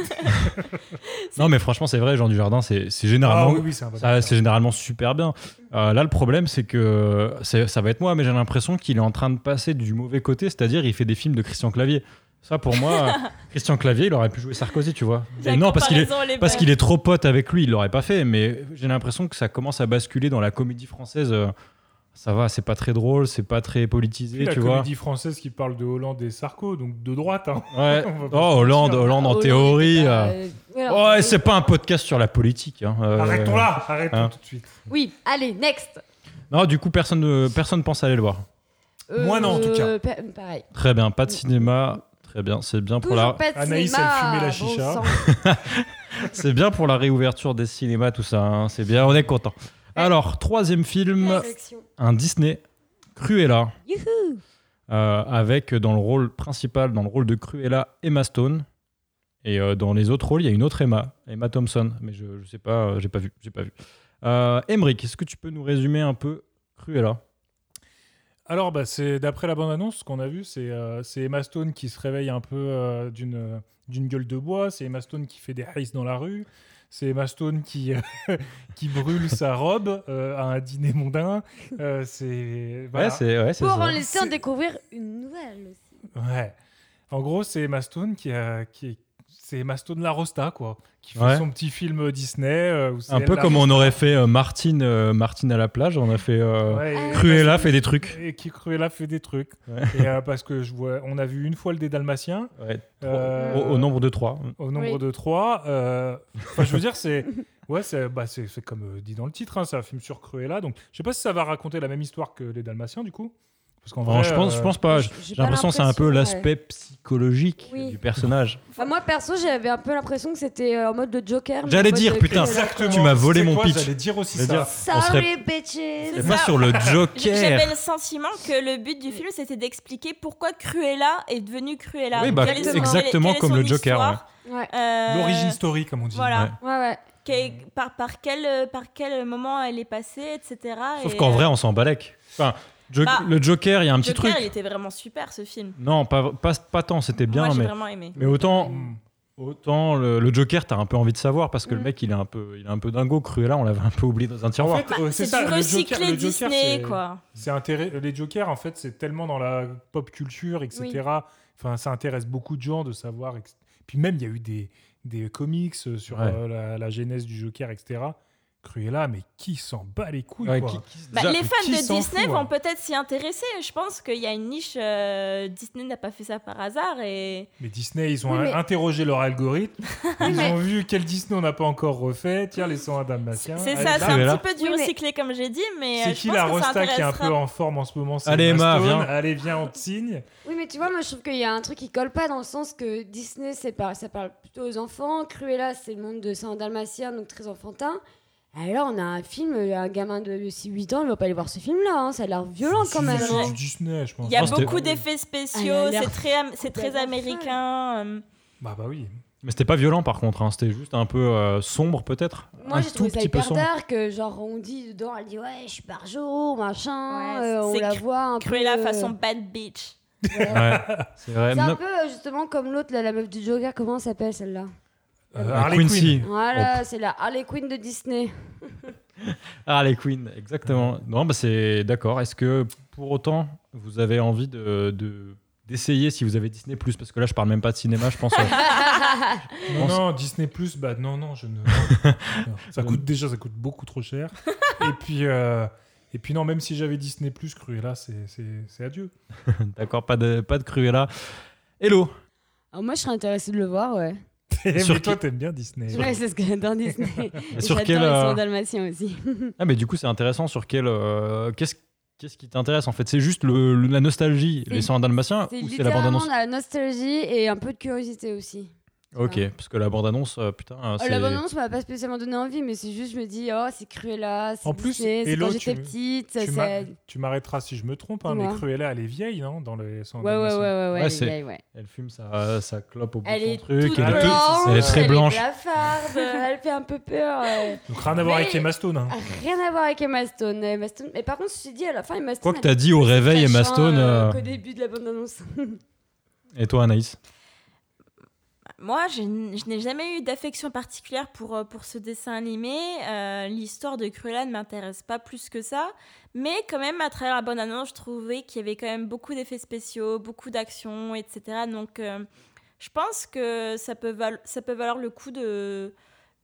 Non, mais franchement, c'est vrai, Jean Dujardin, c'est c'est Ah généralement, oui, oui, c'est un bon ça, acteur. c'est généralement super bien. Euh, là, le problème, c'est que c'est- ça va être moi, mais j'ai l'impression qu'il est en train de passer du mauvais côté, c'est-à-dire il fait des films de Christian Clavier. Ça, pour moi, Christian Clavier, il aurait pu jouer Sarkozy, tu vois. La Et non, parce qu'il est, comparaison, elle est parce bonne. qu'il est trop pote avec lui, il l'aurait pas fait. Mais j'ai l'impression que ça commence à basculer dans la comédie française. euh, Ça va, c'est pas très drôle, c'est pas très politisé, Puis la tu vois. comédie française qui parle de Hollande et Sarko, donc de droite. Hein. Ouais. On va pas Oh, se Hollande, mentir. Hollande en Hollande, théorie. bah, euh, euh, ouais, alors, Ouais, c'est pas un podcast sur la politique. Hein. euh, Arrêtons là, arrêtons hein. tout de suite. Oui, allez, next. Non, du coup, personne ne personne pense aller le voir. Moi, non, en tout cas. Euh, pa- pareil. Très bien, pas de cinéma. Très bien, c'est bien pour Toujours la, pas de Anaïs, cinéma, elle fumait la bon chicha. sang. c'est bien pour la réouverture des cinémas, tout ça. hein. C'est bien, on est content. Alors, troisième film, La sélection. un Disney, Cruella, Youhou. euh, avec dans le rôle principal, dans le rôle de Cruella, Emma Stone. Et euh, dans les autres rôles, il y a une autre Emma, Emma Thompson, mais je, je sais pas, euh, j'ai pas vu, j'ai pas vu. Euh, Emmerich, est-ce que tu peux nous résumer un peu Cruella? Alors, bah, c'est d'après la bande-annonce, ce qu'on a vu, c'est euh, c'est Emma Stone qui se réveille un peu euh, d'une euh, d'une gueule de bois. C'est Emma Stone qui fait des heists dans la rue. C'est Emma Stone qui, euh, qui brûle sa robe euh, à un dîner mondain. Euh, c'est voilà. Ouais, c'est ouais, c'est Pour ça. en laisser en C'est- découvrir une nouvelle aussi. Ouais. En gros, c'est Emma Stone qui a qui est- c'est Emma Stone la Rosta, quoi, qui fait Ouais. son petit film Disney. euh, où c'est Un elle peu la comme on Rosta. aurait fait euh, Martine, euh, Martine à la plage, on a fait euh, Ouais, et- Cruella fait des trucs. Et qui Cruella fait des trucs. Ouais. Et, euh, parce que je vois, on a vu une fois le dé dalmatien. Ouais, euh, au, au nombre de trois. Au nombre Oui. de trois. euh, Enfin, je veux dire, c'est. Ouais, c'est bah, c'est c'est comme euh, dit dans le titre, hein, c'est un film sur Cruella. Donc, je sais pas si ça va raconter la même histoire que les Dalmatiens, du coup. Parce qu'en Non, vrai, je pense, euh, je pense pas. j'ai J'ai pas l'impression que c'est un peu l'impression, l'aspect psychologique Oui. du personnage. Enfin, moi, perso, j'avais un peu l'impression que c'était euh, en mode de Joker. mais J'allais en mode dire, de putain, Cruella. Exactement. Tu m'as volé C'est mon quoi, pitch. J'allais dire aussi Je veux ça. dire, on serait- Sorry, bitches. Et C'est pas ça. sur le J'avais Joker. le sentiment que le but du film, c'était d'expliquer pourquoi Cruella est devenue Cruella. Oui, bah, Quelle est son- exactement quelle est comme son le Joker, histoire. Ouais. Euh, L'origine story, comme on dit. Voilà. Ouais, ouais. Quel- par, par, quel, par quel moment elle est passée, et cetera. Sauf et, qu'en euh, vrai, on s'en balèque. Enfin, Jo- Bah, le Joker, il y a un petit Joker, truc. il était vraiment super, ce film. Non, pas, pas, pas tant, c'était bien, Moi, j'ai mais, vraiment aimé. mais autant, Mm. autant le, le Joker, t'as un peu envie de savoir parce que le Mm. mec, il est un peu, il est un peu dingo. Cruella, on l'avait un peu oublié dans un En tiroir. fait, euh, c'est C'est ça. du le Joker- recyclé le Joker, Disney, c'est- quoi. C'est intérêt- les Jokers, en fait, c'est tellement dans la pop culture, et cetera. Enfin, ça intéresse beaucoup de gens de savoir. ex- Puis même, il y a eu des, des comics euh, sur Ouais. euh, la, la genèse du Joker, et cetera. Cruella, mais qui s'en bat les couilles, Ouais, quoi. qui- qui- Bah, déjà- les fans qui de s'en Disney fout, vont hein. peut-être s'y intéresser. Je pense qu'il y a une niche. euh, Disney n'a pas fait ça par hasard. Et... Mais Disney, ils ont Oui, mais- interrogé leur algorithme. Ils mais- ont vu quel Disney on n'a pas encore refait. Tiens, les cent un Dalmatiens. C'est Allez, ça, c'est là. un Cruella. petit peu du Oui, mais- recyclé, comme j'ai dit. Mais euh, C'est je qui pense la que ça Rosta qui est un intéressera- peu en forme en ce moment? C'est Allez, Emma, Stone. viens. Allez, viens, on te signe. Oui, mais tu vois, moi je trouve qu'il y a un truc qui colle pas dans le sens que Disney, c'est par- ça parle plutôt aux enfants. Cruella, c'est le monde de cent un Dalmatien, donc très enfantin. Alors, on a un film, un gamin de six huit ans, il va pas aller voir ce film-là. hein, Ça a l'air violent quand Si, même. si, hein. c'est Disney, je pense. Il y a pense que- beaucoup d'effets Ah, spéciaux. il a l'air c'est très, am- c'est très complètement américain. euh, Bah, bah oui. Mais c'était pas violent par contre, hein, c'était juste un peu euh, sombre peut-être. Moi, un j'ai tout trouvé ça petit peu hyper sombre. dark. Genre, on dit dedans, elle dit ouais, je suis barjo, machin. Ouais, euh, on c'est la cru- voit un Cruella peu. euh, façon bad bitch. voilà. Ouais, c'est vrai. C'est un Non- peu euh, justement comme l'autre, là, la meuf du Joker. Comment elle s'appelle celle-là? Euh, Ah, Harley Quincy. Quinn. Voilà, c'est la Harley Quinn de Disney. Harley Quinn, exactement. Non, bah c'est d'accord. Est-ce que pour autant vous avez envie de, de- d'essayer si vous avez Disney Plus, parce que là je parle même pas de cinéma, je pense. euh, Non, pense- non, Disney Plus, bah non, non, je ne. non. Ça coûte déjà, ça coûte beaucoup trop cher. et puis, euh, et puis non, même si j'avais Disney Plus, Cruella, c'est, c'est, c'est adieu. D'accord, pas de pas de Cruella. Hello. Alors, moi, je serais intéressée de le voir, ouais. mais Sur toi, qui- t'aimes bien Disney. Ouais, c'est ce que j'adore Disney. Et sur j'adore quel, les euh, cent Dalmatiens aussi. Ah mais du coup c'est intéressant sur quel euh, qu'est-ce qu'est-ce qui t'intéresse en fait, c'est juste le, le- la nostalgie, C'est- les cent un Dalmatiens C'est ou c'est la bande littéralement annonce? de la nostalgie et un peu de curiosité aussi. Ok, parce que la bande annonce putain Oh, c'est la bande-annonce m'a pas spécialement donné envie, mais c'est juste, je me dis, oh, c'est Cruella, c'est En plus, Disney, c'est Hello, quand j'étais tu- petite. Tu, c'est- m'a- Ouais, tu m'arrêteras si je me trompe, hein, mais Dis-moi. Cruella, elle est vieille, non, dans les cent ouais, ouais, ouais, ouais, ouais, Ouais, elle est c'est- vieille, ouais. elle fume sa, sa clope au bout de Elle son est truc, toute elle est, blanche, toute- elle est très elle blanche. est blafarde, elle fait un peu peur. ouais. Donc rien à voir Mais- avec Emma Stone. Hein. Rien à voir avec Emma Stone. Emma Stone- Mais par contre, je me suis dit, à la fin, Emma Stone. Quoi que elle t'as est dit au plus réveil, Emma attachante, Stone, euh, euh, qu'au début de la bande-annonce. Et toi Anaïs? Moi, je, n- je n'ai jamais eu d'affection particulière pour, euh, pour ce dessin animé. Euh, l'histoire de Cruella ne m'intéresse pas plus que ça. Mais quand même, à travers la bande-annonce, je trouvais qu'il y avait quand même beaucoup d'effets spéciaux, beaucoup d'actions, et cetera. Donc, euh, je pense que ça peut, val- ça peut valoir le coup de,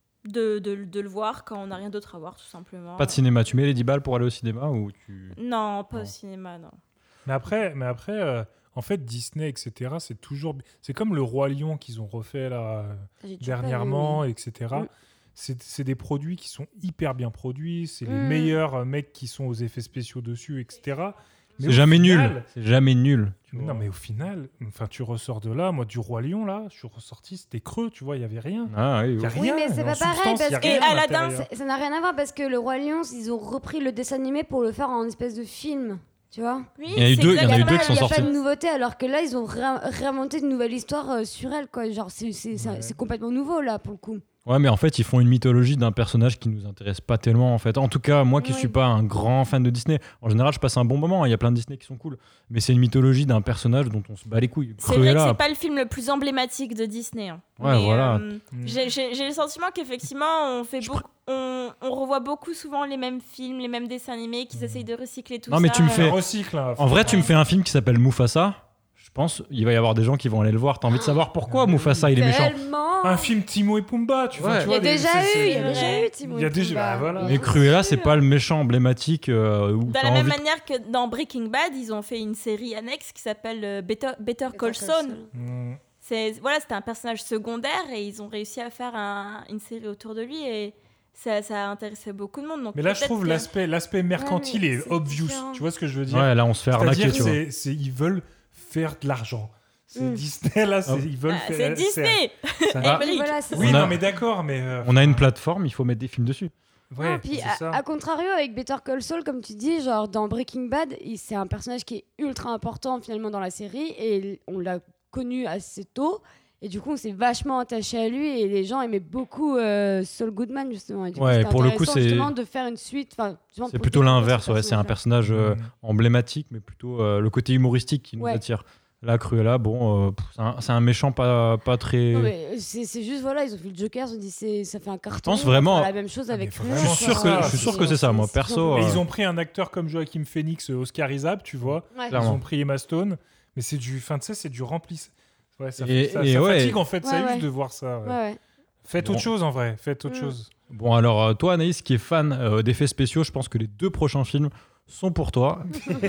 de, de, de le voir quand on n'a rien d'autre à voir, tout simplement. Pas de cinéma. Tu mets les dix balles pour aller au cinéma ou tu... Non, pas Non. au cinéma, non. Mais après, mais après euh, en fait, Disney, et cetera, c'est toujours. C'est comme le Roi Lion qu'ils ont refait là, euh, J'ai toujours pas dernièrement, vu, et cetera. Mm. C'est, c'est des produits qui sont hyper bien produits. C'est les Mm. meilleurs euh, mecs qui sont aux effets spéciaux dessus, et cetera. Mais C'est au jamais final- nul. C'est jamais nul. tu Mais vois. non, mais au final, enfin, tu ressors de là. Moi, du Roi Lion, là, je suis ressorti, c'était creux, tu vois, il y avait rien. Ah, oui, Il y a oui. Oui, rien. mais c'est en pas pareil, substance, il y a parce rien que- à Et Aladdin, l'intérieur. Ça ça n'a rien à voir parce que le Roi Lion, ils ont repris le dessin animé pour le faire en espèce de film. Tu vois. Oui, Il y en a eu c'est deux- il y en a eu Il n'y deux a, qui sont pas- il y a sortis. pas de nouveauté, alors que là, ils ont ré- réinventé une nouvelle histoire euh, sur elle. Quoi. Genre, c'est, c'est, c'est- Ouais. c'est complètement nouveau, là, pour le coup. Ouais, mais en fait, ils font une mythologie d'un personnage qui nous intéresse pas tellement, en fait. En tout cas, moi qui Oui. suis pas un grand fan de Disney, en général, je passe un bon moment. Il y a plein de Disney qui sont cool. Mais c'est une mythologie d'un personnage dont on se bat les couilles. C'est vrai que Cruella. c'est pas le film le plus emblématique de Disney. hein. Ouais, Mais, voilà. euh, Mm. j'ai, j'ai- j'ai le sentiment qu'effectivement, on, fait Je beaucoup, on, on revoit beaucoup souvent les mêmes films, les mêmes dessins animés, qu'ils essayent de recycler tout Non, ça. mais tu me euh, fais- Ça recycle, hein, En vrai, tu me Ouais. fais un film qui s'appelle Mufasa. Je pense il va y avoir des gens qui vont aller le voir. T'as envie de savoir pourquoi Mufasa il est méchant. Tellement. Un film Timon et Pumba, tu vois. Ouais. tu Il y vois, a des- déjà c'est- eu, c'est- il y a déjà eu Timon Il y a et déjà- Pumba. bah, voilà. Mais Cruella, c'est pas le méchant emblématique. euh, où De t'as la même envie- manière que dans Breaking Bad, ils ont fait une série annexe qui s'appelle euh, Better, Better Call Saul. Mm. C'est, voilà, c'était un personnage secondaire et ils ont réussi à faire un- une série autour de lui et ça, ça a intéressé beaucoup de monde. Donc Mais là, je peut-être trouve que- l'aspect, l'aspect mercantile mais est c'est obvious. différent. Tu vois ce que je veux dire? Ouais, là, on se fait arnaquer, C'est-à-dire, tu vois. c'est, c'est- ils veulent faire de l'argent. C'est Mm. Disney, là, c'est- Ah. ils veulent Ah, faire... c'est Disney. ça- Ah. Oui, voilà, c'est Oui, On ça. a- non, mais d'accord, mais... euh, On a une plateforme, il faut mettre des films dessus. Ouais, Non, puis c'est à, ça. à contrario, avec Better Call Saul, comme tu dis, genre dans Breaking Bad, il- c'est un personnage qui est ultra important finalement dans la série et on l'a connu assez tôt. Et du coup, on s'est vachement attaché à lui et les gens aimaient beaucoup euh, Saul Goodman justement. Et du coup, Ouais, c'était pour le coup, intéressant, c'est- justement de faire une suite. enfin, justement, C'est pour plutôt découvrir l'inverse, ce ouais. C'est un personnage-là. personnage euh, Mm. emblématique, mais plutôt euh, le côté humoristique qui nous Ouais. attire. Là, Cruella, bon, euh, pff, c'est un, c'est un méchant pas, pas très. Non, mais c'est c'est juste, voilà, ils ont fait le Joker, ils ont dit c'est- ça fait un carton. pense on va vraiment- faire la même chose Ah, avec mais Cruella, vraiment, Je suis sûr quoi. que- je suis sûr que c'est ça, moi, perso, Et euh, ils ont pris un acteur comme Joaquin Phoenix, euh, oscarisable, tu vois. Ouais. Ils Clairement. ont pris Emma Stone, mais c'est du... Enfin, tu sais, c'est du rempli. Ouais, ça, Et- ça, et ça ouais. fatigue, en fait, ça Ouais, ouais. juste de voir ça. ouais. Ouais, ouais. Faites Bon. autre chose, en vrai. Faites autre Mm. chose. Bon, alors, euh, toi, Anaïs, qui est fan euh, d'effets spéciaux, je pense que les deux prochains films sont pour toi.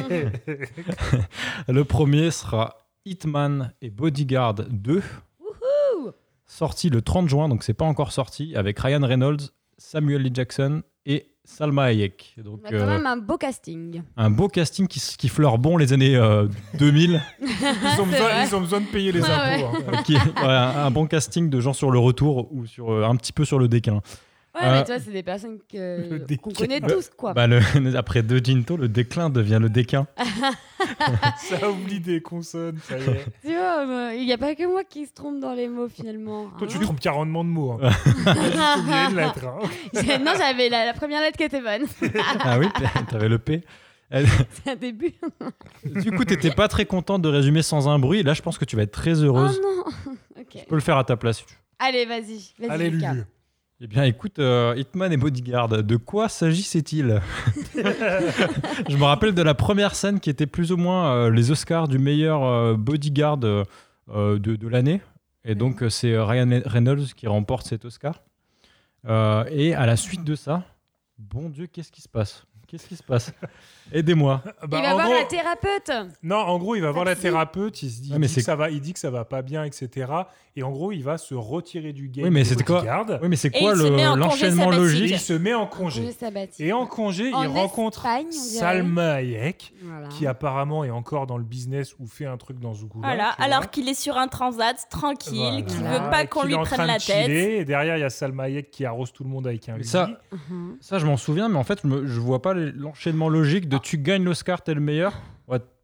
Le premier sera Hitman et Bodyguard deux. Sorti le trente juin, donc c'est pas encore sorti, avec Ryan Reynolds, Samuel L. Jackson et Salma Hayek. Donc, On a quand euh, même un beau casting. un beau casting qui, s- qui fleure bon les années euh, deux mille. Ils ont, C'est besoin, vrai. ils ont besoin de payer les Ouais, impôts. hein. Euh, qui- ouais, un, un bon casting de gens sur le retour ou sur, euh, un petit peu sur le déclin. Ouais, Euh, mais tu vois, c'est des personnes Le que- déclin. qu'on connaît Bah, tous, quoi. Bah, le- après deux Ginto, le déclin devient le déquin. Ça oublie des consonnes, ça y est. Tu vois, moi, il n'y a pas que moi qui se trompe dans les mots, finalement. Toi, tu hein. te trompes quarante de mots. Hein. T'as juste oublié une lettre. hein. J'ai- non, j'avais la, la première lettre qui était bonne. Ah oui, t'avais le P. Euh, C'est un début. Du coup, t'étais pas très contente de résumer sans un bruit. Là, je pense que tu vas être très Oh heureuse. non. Ok. Je peux le faire à ta place si tu veux. Allez, vas-y. Vas-y, Allez, Lucas. Lulu. Eh bien, écoute, euh, Hitman et Bodyguard, de quoi s'agissait-il? Je me rappelle de la première scène qui était plus ou moins euh, les Oscars du meilleur euh, bodyguard euh, euh, de, de l'année. Et donc, euh, c'est Ryan Reynolds qui remporte cet Oscar. Euh, et à la suite de ça, bon Dieu, qu'est-ce qui se passe? Qu'est-ce qui se passe? Aidez-moi. Bah, il va en voir gros- la thérapeute. Non, en gros, il va voir la Taxi. thérapeute, il, se dit, Ouais, il mais dit c'est- que ça va, il dit que ça va pas bien, et cetera. Et en gros, il va se retirer du game. Oui, mais de c'était quoi Bodyguard, Oui, mais c'est Et quoi il se le- met en congé l'enchaînement Et sabbatique. logique? il se met en Congé congé. sabbatique. Et en congé, En il rencontre Espagne, on dirait. Salma Hayek, Voilà. qui apparemment est encore dans le business ou fait un truc dans Zougoula. Voilà, tu vois. alors qu'il est sur un transat tranquille, Voilà. qu'il Voilà. veut pas qu'on Qu'il lui est en prenne train la de chiller, tête. Et derrière, il y a Salma Hayek qui arrose tout le monde avec un Mais Uzi. ça, Mhm. Ça, je m'en souviens, mais en fait, je, me, je vois pas les- l'enchaînement logique de tu gagnes l'Oscar, t'es le meilleur. Ouais,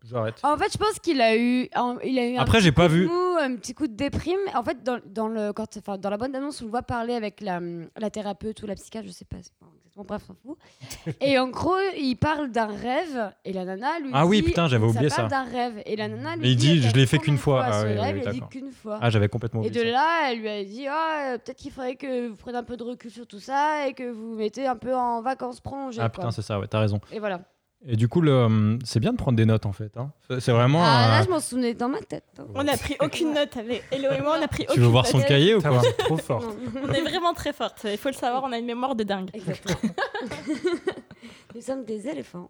J'arrête. En fait, je pense qu'il a eu, un- il a eu un Après, petit j'ai pas coup de vu. mou, un petit coup de déprime. En fait, dans, dans, le, quand, enfin, dans la bande annonce, on le voit parler avec la, la thérapeute ou la psychiatre, je sais pas. C'est pas exactement, bref, on s'en fout. Et en gros, il parle d'un rêve et la nana lui Ah dit. oui, putain, j'avais oublié parle ça. d'un rêve et la nana lui Mais il dit, elle je l'ai a fait combien qu'une de fois. ce Ah oui, rêve, oui, il a dit d'accord. qu'une fois. Ah, j'avais complètement Et oublié de ça. là, elle lui a dit ah, euh, peut-être qu'il faudrait que vous preniez un peu de recul sur tout ça et que vous mettez un peu en vacances prolongées. Ah quoi. putain, c'est ça, ouais, t'as raison. Et voilà. Et du coup, le, hum, c'est bien de prendre des notes en fait. Hein. C'est c'est vraiment. Ah, euh, là, je m'en souvenais dans ma tête. hein. On n'a pris aucune note avec Hello et moi, on n'a pris aucune Tu veux voir son note. cahier ou Putain, quoi? vous êtes trop fort. Non. On est vraiment très forte. Il faut le savoir, on a une mémoire de dingue. Exactement. Nous sommes des éléphants.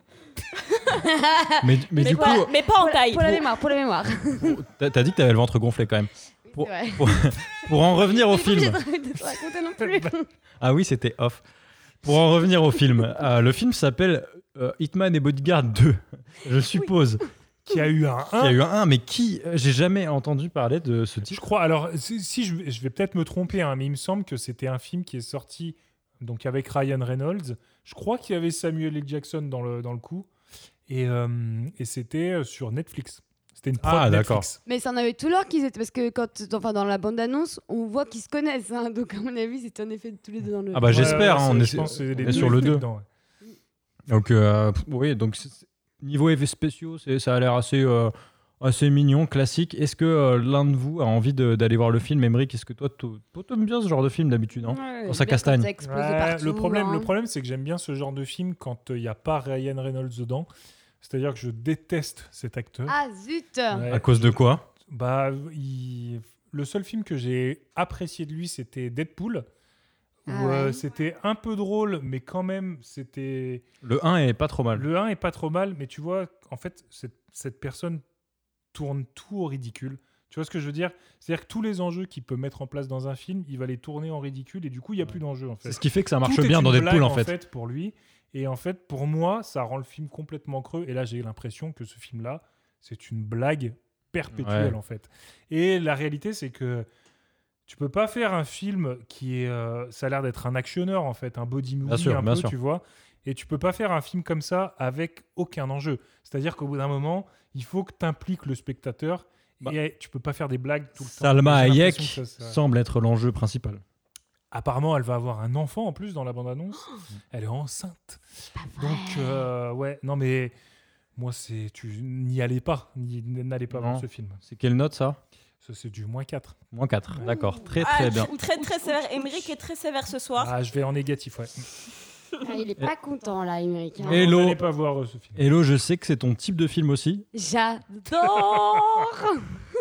Mais, mais du pas, coup, mais pas en Pour la, taille. pour la mémoire, pour la mémoire. t'as t'as dit que t'avais le ventre gonflé quand même. Oui, Pour- c'est vrai. Pour, pour en revenir au Mais j'ai film. pas envie de te raconter non plus. Ah oui, c'était off. Pour en revenir au film, euh, le film s'appelle euh, Hitman et Bodyguard deux, je suppose. Qui a eu un Il y a un. eu un un, mais qui euh, J'ai jamais entendu parler de ce Je titre. crois, alors, si, si je, vais- je vais peut-être me tromper, hein, mais il me semble que c'était un film qui est sorti donc avec Ryan Reynolds. Je crois qu'il y avait Samuel L. Jackson dans le, dans le coup. Et, euh, et c'était euh, sur Netflix. C'était une prod Ah, Netflix. d'accord. Mais ça en avait tout l'heure qu'ils étaient. Parce que quand, enfin, dans la bande-annonce, on voit qu'ils se connaissent. hein. Donc, à mon avis, c'était en effet tous les deux dans le. Ah bah Ouais, j'espère, ouais, hein, c'est- on est, je pense que c'est les on est deux sur le étaient deux. dedans, ouais. Donc euh, pff, oui, donc c'est- c'est- niveau effets spéciaux, c'est- ça a l'air assez, euh, assez mignon, classique. Est-ce que euh, l'un de vous a envie de- d'aller voir le film, Emmerich? Est-ce que toi, tu aimes bien ce genre de film d'habitude, non? Ouais, Quand ça bien castagne. ça explose de Ouais, partout, le problème, hein. le problème, c'est que j'aime bien ce genre de film quand il n'y a pas Ryan Reynolds dedans. C'est-à-dire que je déteste cet acteur. Ah zut Ouais. À cause de quoi? Bah, il- le seul film que j'ai apprécié de lui, c'était Deadpool. Où Ah ouais. euh, c'était un peu drôle, mais quand même, c'était. Le un est pas trop mal. Le un est pas trop mal, mais tu vois, en fait, cette, cette personne tourne tout au ridicule. Tu vois ce que je veux dire? C'est-à-dire que tous les enjeux qu'il peut mettre en place dans un film, il va les tourner en ridicule et du coup, il n'y a plus d'enjeux en fait. C'est ce qui fait que ça marche Tout est bien une dans Deadpool blague, en fait. pour lui. Et en fait, pour moi, ça rend le film complètement creux. Et là, j'ai l'impression que ce film-là, c'est une blague perpétuelle Ouais. en fait. Et la réalité, c'est que tu peux pas faire un film qui est, euh, ça a l'air d'être un actionneur en fait, un body movie Bien sûr, un bien peu, sûr. tu vois. Et tu peux pas faire un film comme ça avec aucun enjeu. C'est-à-dire qu'au bout d'un moment, il faut que tu impliques le spectateur. Bah, et tu peux pas faire des blagues tout le temps. Salma Et j'ai Hayek l'impression que ça- ça- semble être l'enjeu principal. Apparemment, elle va avoir un enfant en plus dans la bande-annonce. Elle est enceinte. Donc, euh, ouais, non, mais moi, c'est tu n'y allez pas. N'y- N'allez pas Non. voir ce film. C'est quelle note ça? Ça, c'est du moins quatre. Moins quatre, d'accord. Très Ah, très bien. tr- Très très sévère. Emmerich est très sévère ce soir. Ah, je vais en négatif, ouais. Ah, il est pas content là, Émeric. hein. Et- Hello. N'allez pas voir euh, ce film. Hello, je sais que c'est ton type de film aussi. J'adore.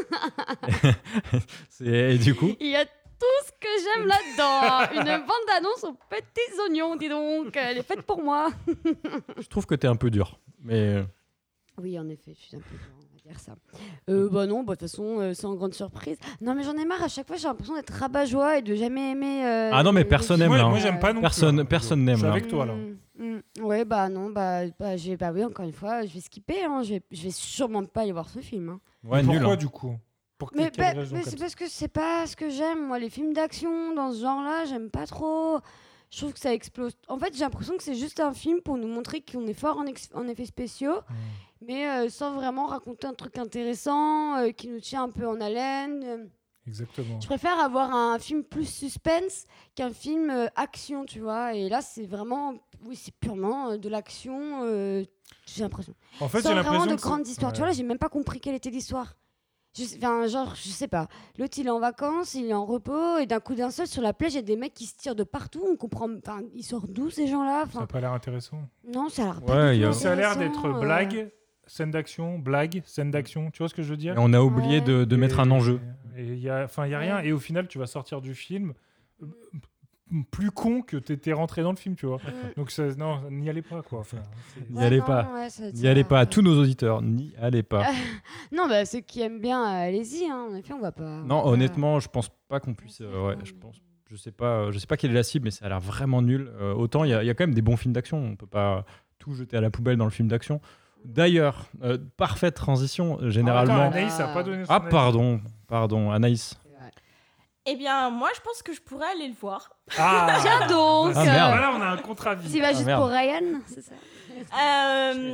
C'est- Et du coup, Il y a tout ce que j'aime là-dedans. Une bande-annonce aux petits oignons, dis donc. Elle est faite pour moi. je trouve que t'es un peu dur. Mais Oui, en effet, je suis un peu dur, on va dire ça. Euh, bah non, bah, de toute façon, euh, sans grande surprise. Non, mais j'en ai marre. À chaque fois, j'ai l'impression d'être rabat-joie et de jamais aimer. euh, Ah non, mais les personne films. n'aime, là, Moi, hein. moi, j'aime pas non Personne- plus. hein. personne Je n'aime, suis là. avec toi, là. Mm, mm. Ouais, bah non, bah, bah, j'ai- bah oui, encore une fois, je vais skipper. Hein. Je, vais, je vais sûrement pas aller voir ce film. hein. ouais, Pourquoi, nul. hein. du coup Pour que- Mais, quelle bah, raison mais comme c'est ça parce que c'est pas ce que j'aime. Moi, les films d'action dans ce genre-là, j'aime pas trop. Je trouve que ça explose. En fait, j'ai l'impression que c'est juste un film pour nous montrer qu'on est fort en, ex- en effets spéciaux, Hmm. mais euh, sans vraiment raconter un truc intéressant euh, qui nous tient un peu en haleine. Euh, Exactement. Je préfère avoir un film plus suspense qu'un film euh, action, tu vois. Et là, c'est vraiment, oui, c'est purement euh, de l'action. euh, j'ai l'impression. En fait, Sans j'ai vraiment l'impression de que c'est- grandes histoires. Tu Ouais. vois, là, j'ai même pas compris quelle était l'histoire. Je sais- Enfin, genre, je sais pas. L'autre, il est en vacances, il est en repos, et d'un coup d'un seul, sur la plage, il y a des mecs qui se tirent de partout. On comprend. Enfin, ils sortent d'où ces gens-là? Ça Enfin, n'a pas l'air intéressant. non, ça a l'air pas Ouais, du il y tout a- Ça a l'air intéressant, d'être euh. blague, scène d'action, blague, scène d'action. Tu vois ce que je veux dire Et on a oublié Ouais. de, de mettre Et- un enjeu. Et il y a, enfin, il y a rien. Ouais. Et au final, tu vas sortir du film euh, plus con que t'étais rentré dans le film, tu vois. Mm. Donc ça, non, n'y allez pas, quoi. Enfin, c'est- N'y Ouais, allez non, pas. ouais, ça N'y tient- allez pas. À tous nos auditeurs, n'y allez pas. Non, bah, ceux qui aiment bien, euh, allez-y. Hein. En effet, on va pas. Non, on va- honnêtement, je pense pas qu'on puisse. euh, ouais, je pense. Je sais pas. Je sais pas quelle est la cible, mais ça a l'air vraiment nul. Euh, autant il y, a- il y a quand même des bons films d'action. On peut pas tout jeter à la poubelle dans le film d'action. D'ailleurs, euh, parfaite transition. euh, Généralement. Ah, attends, Anaïs a pas donné son Ah avis. pardon, pardon, Anaïs. Eh bien, moi, je pense que je pourrais aller le voir. Ah, Tiens donc, bah, Ah, merde. Voilà, on a un contre-avis. Tu vas Ah, juste merde. pour Ryan, c'est ça? Euh,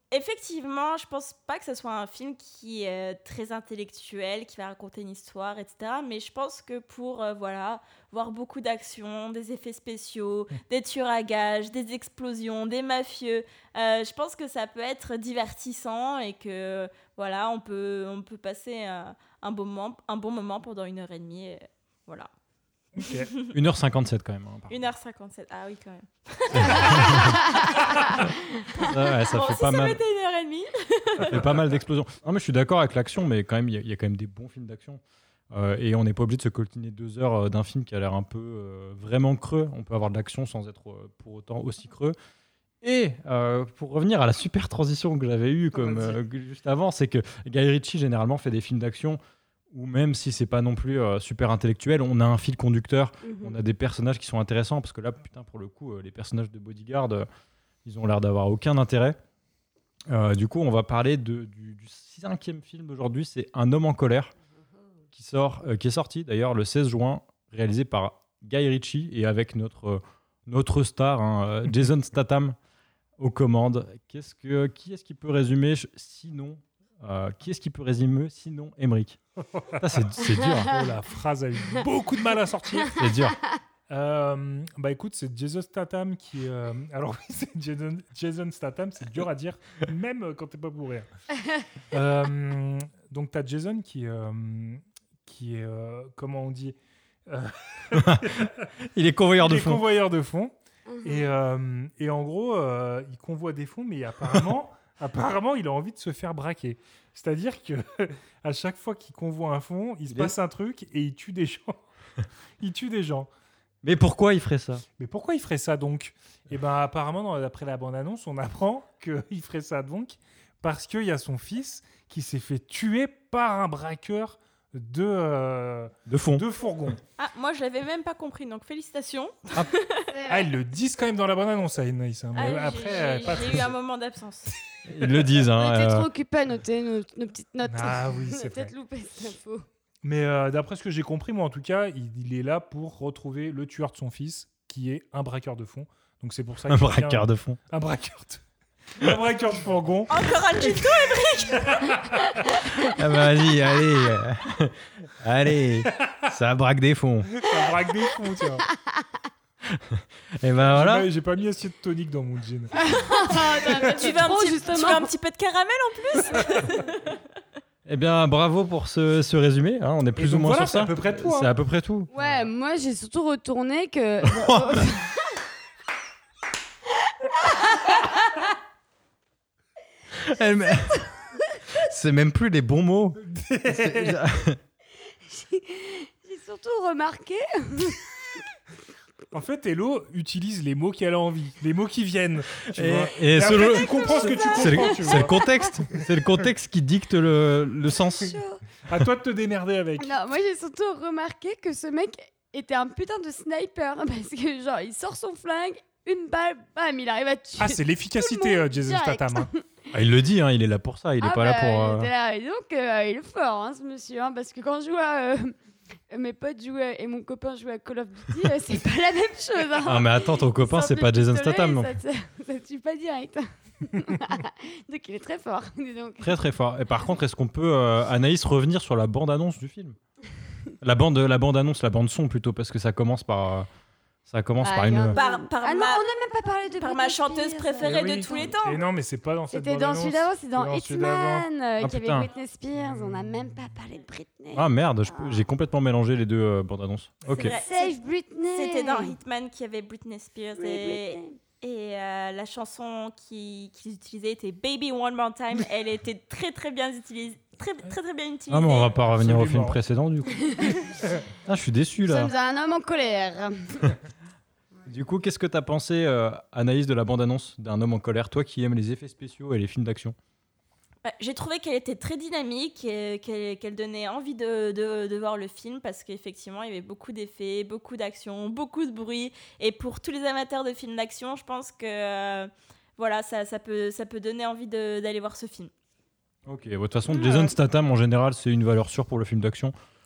effectivement, je pense pas que ce soit un film qui est très intellectuel, qui va raconter une histoire, et cetera. Mais je pense que pour euh, voilà, voir beaucoup d'action, des effets spéciaux, des tueurs à gages, des explosions, des mafieux, euh, je pense que ça peut être divertissant et que voilà, on peut, on peut passer euh, un, bon moment, un bon moment pendant une heure et demie. Et, voilà. Okay. une heure cinquante-sept quand même. Hein, une heure cinquante-sept, ah oui, quand même. ça, ouais, ça bon, fait si pas ça mal. mettait une heure et demie. Ça fait pas mal d'explosions. Non, mais je suis d'accord avec l'action, mais quand même, il y, y a quand même des bons films d'action. Euh, et on n'est pas obligé de se coltiner deux heures euh, d'un film qui a l'air un peu euh, vraiment creux. On peut avoir de l'action sans être euh, pour autant aussi creux. Et euh, pour revenir à la super transition que j'avais eue comme, euh, juste avant, c'est que Guy Ritchie généralement fait des films d'action où même si c'est pas non plus euh, super intellectuel, on a un fil conducteur, mm-hmm. on a des personnages qui sont intéressants, parce que là, putain, pour le coup, euh, les personnages de Bodyguard, euh, ils ont l'air d'avoir aucun intérêt. Euh, du coup, on va parler de, du, du cinquième film d'aujourd'hui, c'est Un homme en colère, qui, sort, euh, qui est sorti d'ailleurs le seize juin, réalisé par Guy Ritchie, et avec notre, euh, notre star, hein, Jason Statham, aux commandes. Qu'est-ce que, qui est-ce qui peut résumer, sinon... Euh, qui est-ce qui peut résumer sinon Emmerich? Ça, c'est, c'est dur. Oh, la phrase a eu beaucoup de mal à sortir. C'est dur. Euh, bah écoute, c'est Jason Statham qui. Euh... Alors oui, c'est Jason, Jason Statham, c'est dur à dire, même quand t'es pas pour rire. Euh, donc t'as Jason qui, euh, qui est. Euh, comment on dit euh... Il est convoyeur il de est fond. Convoyeur de fond. Et, euh, et en gros, euh, il convoie des fonds, mais apparemment. Apparemment, il a envie de se faire braquer. C'est-à-dire que à chaque fois qu'il convoie un fond, il se il passe est... un truc et il tue des gens. il tue des gens. Mais pourquoi il ferait ça? Mais pourquoi il ferait ça donc? Et ben apparemment, dans, d'après la bande-annonce, on apprend qu'il ferait ça donc parce qu'il y a son fils qui s'est fait tuer par un braqueur de euh, de fond, de fourgon. Ah, moi je l'avais même pas compris, donc félicitations. Ah, ah ils le disent quand même dans la bande-annonce, Anaïs. Hein, mais ah, après, j'ai, pas j'ai eu un moment d'absence. Ils le disent. Hein, on était euh... trop occupés à noter nos, nos petites notes. Ah oui, c'est on a peut-être loupé cette info. Mais euh, d'après ce que j'ai compris, moi en tout cas, il, il est là pour retrouver le tueur de son fils, qui est un braqueur de fond. Donc c'est pour ça. Un braqueur de fond. Un braqueur de. Un braqueur de fourgon. Encore un tuto, Emmerich. Ah bah vas-y, allez. Euh... allez. Ça braque des fonds. Ça braque des fonds, tiens. Et ben voilà. J'ai pas, j'ai pas mis assez de tonique dans mon jean. tu, veux un petit, tu veux un petit peu de caramel en plus? Eh bien, bravo pour ce, ce résumé. Hein, on est plus ou moins voilà, sur ça. C'est à peu près tout. C'est hein. à peu près tout. Ouais, moi j'ai surtout retourné que. Elle, mais... c'est même plus les bons mots. j'ai... j'ai surtout remarqué. En fait, Hello utilise les mots qu'elle a envie, les mots qui viennent. Tu et vois. et et selon... après, tu comprends ce que tu comprends. C'est, le... tu c'est le contexte. C'est le contexte qui dicte le, le sens. À toi de te démerder avec. Non, moi j'ai surtout remarqué que ce mec était un putain de sniper parce que genre il sort son flingue, une balle, bam, il arrive à tuer. Ah, c'est l'efficacité, euh, Jason Statham. Hein. Ah, il le dit, hein, il est là pour ça. Il est ah pas bah, là pour. Euh... Là, et donc euh, il est fort, hein, ce monsieur, hein, parce que quand je vois euh, mes potes jouaient et mon copain jouait à Call of Duty, euh, c'est pas la même chose. Hein. Ah mais attends, ton copain c'est pas Jason Statham non. Ça, ça, ça tue pas direct. Donc il est très fort. Donc. Très très fort. Et par contre, est-ce qu'on peut euh, Anaïs revenir sur la bande annonce du film? La bande, la bande annonce, la bande son plutôt, parce que ça commence par. Euh... Ça commence ah, par une. Par, par ah ma... non, on n'a même pas parlé de par ma chanteuse préférée oui. de tous les temps. Et non, mais c'est pas dans cette C'était dans celui d'avant, c'est dans, dans Hitman, euh, ah, qui avait Britney Spears. On n'a même pas parlé de Britney. Ah merde, je, j'ai complètement mélangé les deux euh, bandes annonces. Ok. Save Britney. C'était dans Hitman qu'il y avait Britney Spears oui, et, Britney. et euh, la chanson qui, qu'ils utilisaient était Baby One More Time. Elle était très très bien utilisée. Très, très très bien utilisé. Ah mais on va pas revenir Absolument. au film précédent du coup. Ah je suis déçu là. Nous sommes un homme en colère. Du coup, qu'est-ce que t'as pensé, euh, Anaïs, de la bande-annonce d'Un homme en colère, toi qui aimes les effets spéciaux et les films d'action? Bah, j'ai trouvé qu'elle était très dynamique et qu'elle, qu'elle donnait envie de, de, de voir le film parce qu'effectivement, il y avait beaucoup d'effets, beaucoup d'action, beaucoup de bruit. Et pour tous les amateurs de films d'action, je pense que euh, voilà, ça, ça, peut, ça peut donner envie de, d'aller voir ce film. Ok, de toute façon, Jason Statham, en général, c'est une valeur sûre pour le film d'action.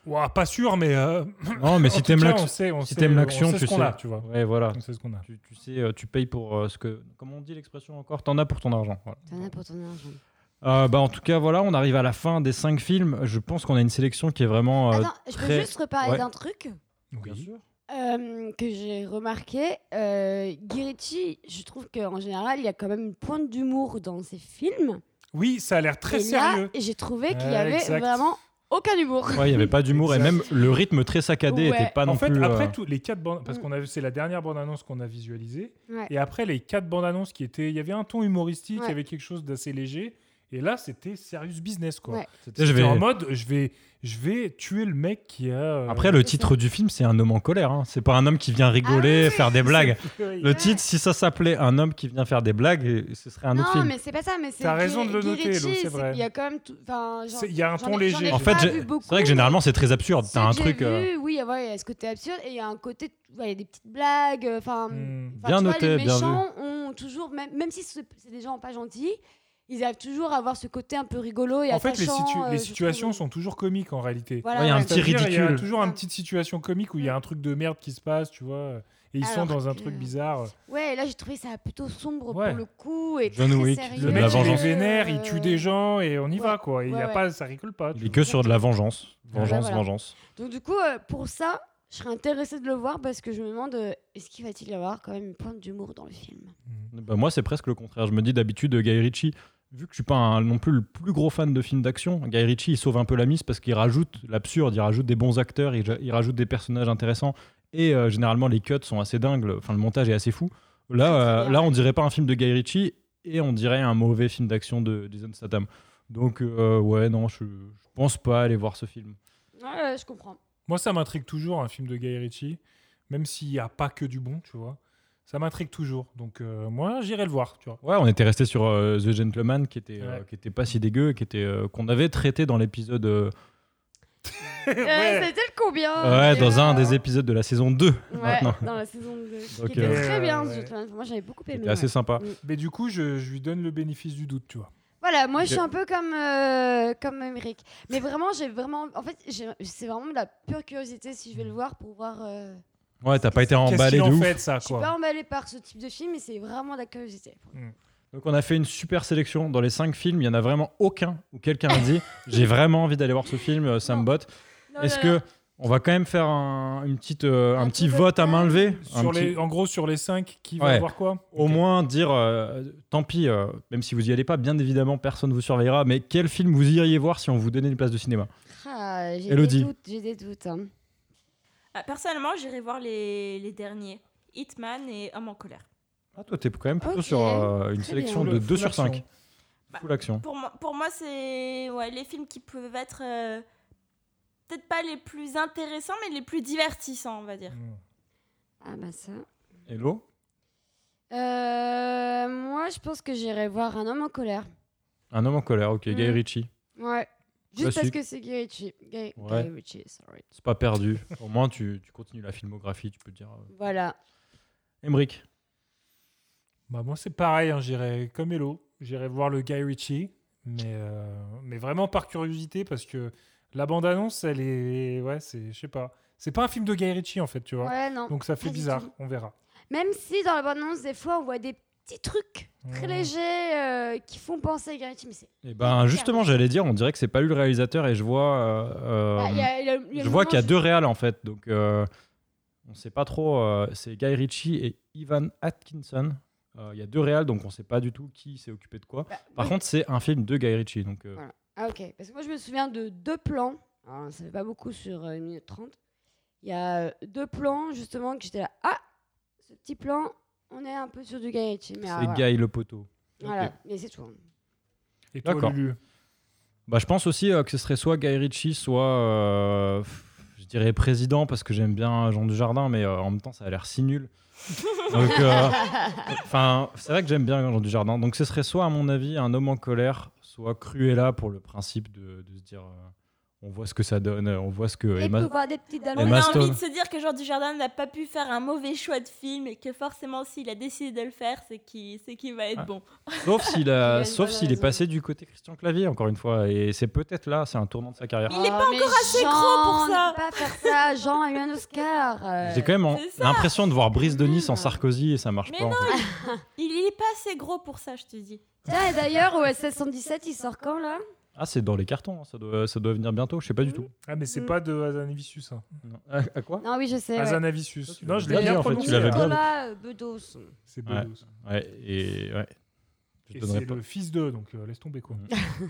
Ouah, pas sûr, mais. Euh... Non, mais en si tout t'aimes cas, l'action, on sait, on si sait- t'aimes on l'action, sait tu ce qu'on sais. a, tu vois. Ouais, voilà. On sait ce qu'on a. Tu, tu sais, euh, tu payes pour euh, ce que. Comment on dit l'expression encore? T'en as pour ton argent. Voilà. T'en as pour ton argent. Euh, bah, en tout cas, voilà, on arrive à la fin des cinq films. Je pense qu'on a une sélection qui est vraiment. euh, Attends, je peux très- juste reparler Ouais. d'un truc Bien sûr. euh, que j'ai remarqué. Euh, Guy Ritchie, je trouve qu'en général, il y a quand même une pointe d'humour dans ses films. Oui, ça a l'air très et sérieux. là, j'ai trouvé qu'il y Ouais, avait exact. vraiment aucun humour. Ouais, il n'y avait pas d'humour et Exact. même le rythme très saccadé Ouais. était pas non En fait, plus. après euh, tous les quatre bandes, parce Mm. qu'on a vu, c'est la dernière bande-annonce qu'on a visualisée, Ouais. et après les quatre bandes-annonces qui étaient, il y avait un ton humoristique, il Ouais. y avait quelque chose d'assez léger, et là c'était serious business quoi. Ouais. c'était- je C'était vais- en mode, je vais, je vais tuer le mec qui a. euh, Après, le C'est titre du film, c'est Un homme en colère. Hein. C'est pas un homme qui vient rigoler, Ah oui, faire des blagues. Oui. Le titre, si ça s'appelait Un homme qui vient faire des blagues, et- ce serait un autre Non, film. mais c'est pas ça. Mais c'est T'as raison Guy- de le Guy noter, Lo, Ritchie, c'est vrai. Il y a quand même. tout- enfin, genre- C'est- il y a un j'en ton ai- j'en ai léger. En pas fait, j'ai- vu beaucoup, c'est vrai que généralement, c'est très absurde. ceux T'as un que j'ai truc. euh, vus, oui, ouais, il y a ce côté absurde et il y a un côté. ouais, Il y a des petites blagues. Enfin, Hmm. enfin, Bien tu vois, noté, les bien méchants ont toujours, même, même si c'est c'est des gens pas gentils, ils arrivent toujours à avoir ce côté un peu rigolo et En fait, les, attachant. situ- euh, les je situations trouve. sont toujours comiques en réalité. Voilà, Ouais, il y a un ouais. petit C'est-à-dire, Il y a ridicule. toujours Ah. une petite situation comique où il y a un truc de merde qui se passe, tu vois, et ils sont Alors dans un que- truc bizarre. Ouais, et là j'ai trouvé ça plutôt sombre Ouais. pour le coup et John très Wick, sérieux. Le de mec, la il est vengeance. vénère, il Euh, tue des gens et on y va ouais. quoi. Il y Ouais, a ouais. pas, ça rigole pas. tu Il est vois. que sur de la vengeance. Vengeance, voilà. vengeance. Donc du coup, euh, pour ça, je serais intéressée de le voir parce que je me demande euh, est-ce qu'il va-t-il y avoir quand même une pointe d'humour dans le film. Bah, moi, c'est presque le contraire. Je me dis d'habitude, Guy Ritchie, vu que je suis pas un- non plus le plus gros fan de films d'action, Guy Ritchie, il sauve un peu la mise parce qu'il rajoute l'absurde, il rajoute des bons acteurs, il, il rajoute des personnages intéressants et euh, généralement les cuts sont assez dingues. le- Enfin, le montage est assez fou. Là, Très, très euh, bien. là, on dirait pas un film de Guy Ritchie et on dirait un mauvais film d'action de Jason Statham. Donc, euh, ouais, non, je, je pense pas aller voir ce film. Ouais, ouais, je comprends. Moi, ça m'intrigue toujours un film de Guy Ritchie, même s'il n'y a pas que du bon, tu vois. Ça m'intrigue toujours. Donc, euh, moi, j'irai le voir, tu vois. Ouais, on était resté sur euh, The Gentleman, qui était, euh, Ouais. qui était pas si dégueu, et qui était euh, qu'on avait traité dans l'épisode, euh, Euh, C'était le combien ouais, et, dans euh, un des épisodes de la saison deux. Ouais, maintenant. dans la saison deux. Donc, qui était euh, très bien, ouais. ce Gentleman. Moi, j'avais beaucoup aimé. C'était assez ouais. sympa. Mais du coup, je, je lui donne le bénéfice du doute, tu vois. Voilà, moi, je suis Ok. un peu comme euh, comme Emmerich. Mais vraiment, j'ai vraiment... En fait, j'ai- c'est vraiment de la pure curiosité si je vais le voir pour voir... euh, Ouais, t'as pas été Qu'est-ce emballé qu'il de en ouf. fait de ça, Je suis pas quoi. emballée par ce type de film, mais c'est vraiment de la curiosité. Donc on a fait une super sélection. Dans les cinq films, il y en a vraiment aucun où quelqu'un a dit j'ai vraiment envie d'aller voir ce film, euh, ça me Non. botte. Non, Est-ce non, que non. on va quand même faire un, une petite, euh, un Un petit tour de vote à table. main levée un Sur petit- les, en gros, sur les cinq, qui va Ouais. avoir quoi? Au Ok. moins dire, euh, tant pis, euh, même si vous y allez pas, bien évidemment, personne vous surveillera. Mais quel film vous iriez voir si on vous donnait une place de cinéma? Ah, j'ai Elodie. des doutes, j'ai des doutes. hein. Ah, personnellement, j'irai voir les, les derniers, Hitman et Homme en colère. Ah, toi, t'es quand même plutôt Ok, sur euh, une très sélection bien. de Full deux sur action. cinq. Bah, Full action. Pour moi, pour moi c'est ouais, les films qui peuvent être euh, peut-être pas les plus intéressants, mais les plus divertissants, on va dire. Ah bah ça. Hello. Euh, moi, je pense que j'irai voir Un homme en colère. Un homme en colère, ok. Guy Mm. Ritchie. Ouais. Juste parce Classique. que c'est Guy Ritchie. Guy, Ouais. Guy Ritchie, sorry. C'est pas perdu. Au moins, tu, tu continues la filmographie, tu peux te dire. euh. Voilà. Emmerich. Bah, moi, c'est pareil, hein, j'irai comme Hello. J'irai voir le Guy Ritchie, mais, euh, mais vraiment par curiosité, parce que la bande-annonce, elle est. Ouais, c'est. Je sais pas. C'est pas un film de Guy Ritchie, en fait, tu vois. Ouais, non. Donc ça fait pas du bizarre, tout. on verra. Même si dans la bande-annonce, des fois, on voit des petits trucs très Mmh. légers euh, qui font penser à Guy Ritchie, mais c'est... Eh ben, justement, j'allais dire, on dirait que c'est pas lui le réalisateur et je vois. euh, euh, Ah, il y a- il y a- il y a je le vois moment, qu'il y a je- deux réals en fait, donc euh, on sait pas trop. euh, c'est Guy Ritchie et Ivan Atkinson. Euh, Il y a deux réals, donc on sait pas du tout qui s'est occupé de quoi. Bah, Par oui. contre, c'est un film de Guy Ritchie, donc. euh, Voilà. Ah, ok. Parce que moi, je me souviens de deux plans. Alors, ça fait pas beaucoup sur euh, une minute trente. Il y a euh, deux plans, justement, que j'étais là. Ah, ce petit plan, on est un peu sur du Guy Ritchie. Mais, ah, c'est voilà. Guy le poteau. Voilà. Ok. Mais c'est tout. hein. Et toi, D'accord. Lulu? Bah, je pense aussi euh, que ce serait soit Guy Ritchie, soit euh, pff, je dirais président parce que j'aime bien Jean Dujardin, mais euh, en même temps ça a l'air si nul. Donc, euh, enfin, c'est vrai que j'aime bien Jean Dujardin. Donc ce serait soit à mon avis un homme en colère, soit Cruella pour le principe de, de se dire euh, on voit ce que ça donne, on voit ce que Et Emma... peut voir des petites On Emma allonges. a Stone. envie de se dire que Jean Dujardin n'a pas pu faire un mauvais choix de film et que forcément s'il a décidé de le faire, c'est qu'il, c'est qu'il va être Ah. bon. Sauf s'il, Il a a... une Sauf bonne s'il est raison. passé du côté Christian Clavier, encore une fois. Et c'est peut-être là, c'est un tournant de sa carrière. Il est pas Oh, mais encore assez Jean, gros pour on ne ça. peut pas faire ça. Jean a eu un Oscar. euh. J'ai quand même en- c'est ça. l'impression de voir Brice de Nice en Sarkozy et ça marche Mais pas. en non, fait. Il, il est pas assez gros pour ça, je te dis. Tiens, et d'ailleurs, O S S cent dix-sept, il sort quand là? Ah, c'est dans les cartons, hein, ça doit, ça doit venir bientôt, je sais pas du tout. Ah, mais c'est Mm. pas de Hazanavicius. Hein. Non. À, à quoi Non, oui, je sais. ouais. Hazanavicius. tu Non, je l'ai l'avais bien dit, en fait, prononcé. tu l'avais bien. Nicolas Bedos. C'est Ouais. Bedos. Ouais, et ouais. Je Et donnerai c'est pas. le fils d'eux, donc euh, laisse tomber quoi.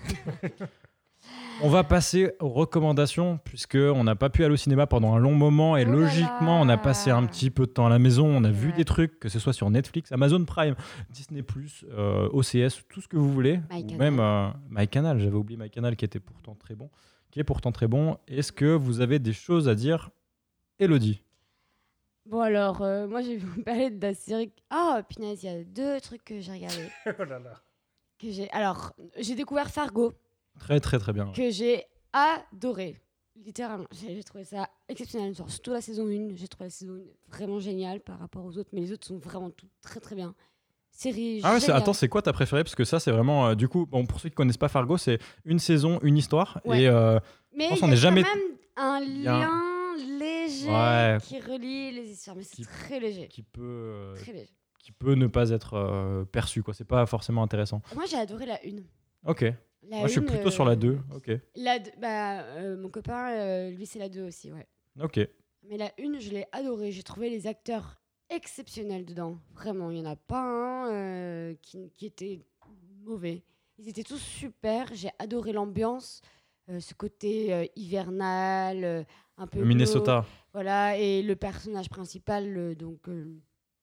On va passer aux recommandations, puisqu'on n'a pas pu aller au cinéma pendant un long moment et Oh là logiquement, on a passé un là. petit peu de temps à la maison. On a C'est vu vrai. des trucs, que ce soit sur Netflix, Amazon Prime, Disney plus, euh, O C S, tout ce que vous voulez. My ou Canal. même euh, MyCanal, j'avais oublié MyCanal qui était pourtant très bon. Qui est pourtant très bon. Est-ce que vous avez des choses à dire, Elodie? Bon, alors, euh, moi, je vais vous parler de la série. Oh, punaise, il y a deux trucs que j'ai regardés. Oh là là. que j'ai... Alors, j'ai découvert Fargo, Très, très, très bien. que j'ai adoré. Littéralement. J'ai j'ai trouvé ça exceptionnel. Genre, surtout la saison un. J'ai trouvé la saison un vraiment géniale par rapport aux autres. Mais les autres sont vraiment toutes très, très bien. Série Ah ouais, c'est- géniale. attends, c'est quoi ta préférée? Parce que ça, c'est vraiment. euh, du coup, bon, pour ceux qui connaissent pas Fargo, c'est une saison, une histoire. Ouais. Et euh, Mais pense il qu'on y n'est a jamais- quand même un y a un- lien léger Ouais. qui relie les histoires. Mais c'est Qui- très léger. qui peut. euh, Très léger. qui peut ne pas être euh, perçu, quoi. C'est pas forcément intéressant. Moi, j'ai adoré la une. Ok. La Moi, je suis une, plutôt euh, sur la deux. Ok. La deux- bah, euh, mon copain, euh, lui, c'est la deux aussi, ouais. Ok. Mais la une, je l'ai adorée. J'ai trouvé les acteurs exceptionnels dedans. Vraiment, il n'y en a pas un euh, qui, qui était mauvais. Ils étaient tous super. J'ai adoré l'ambiance, euh, ce côté euh, hivernal, euh, un peu Le glauque. Minnesota. Voilà, et le personnage principal, le- donc euh,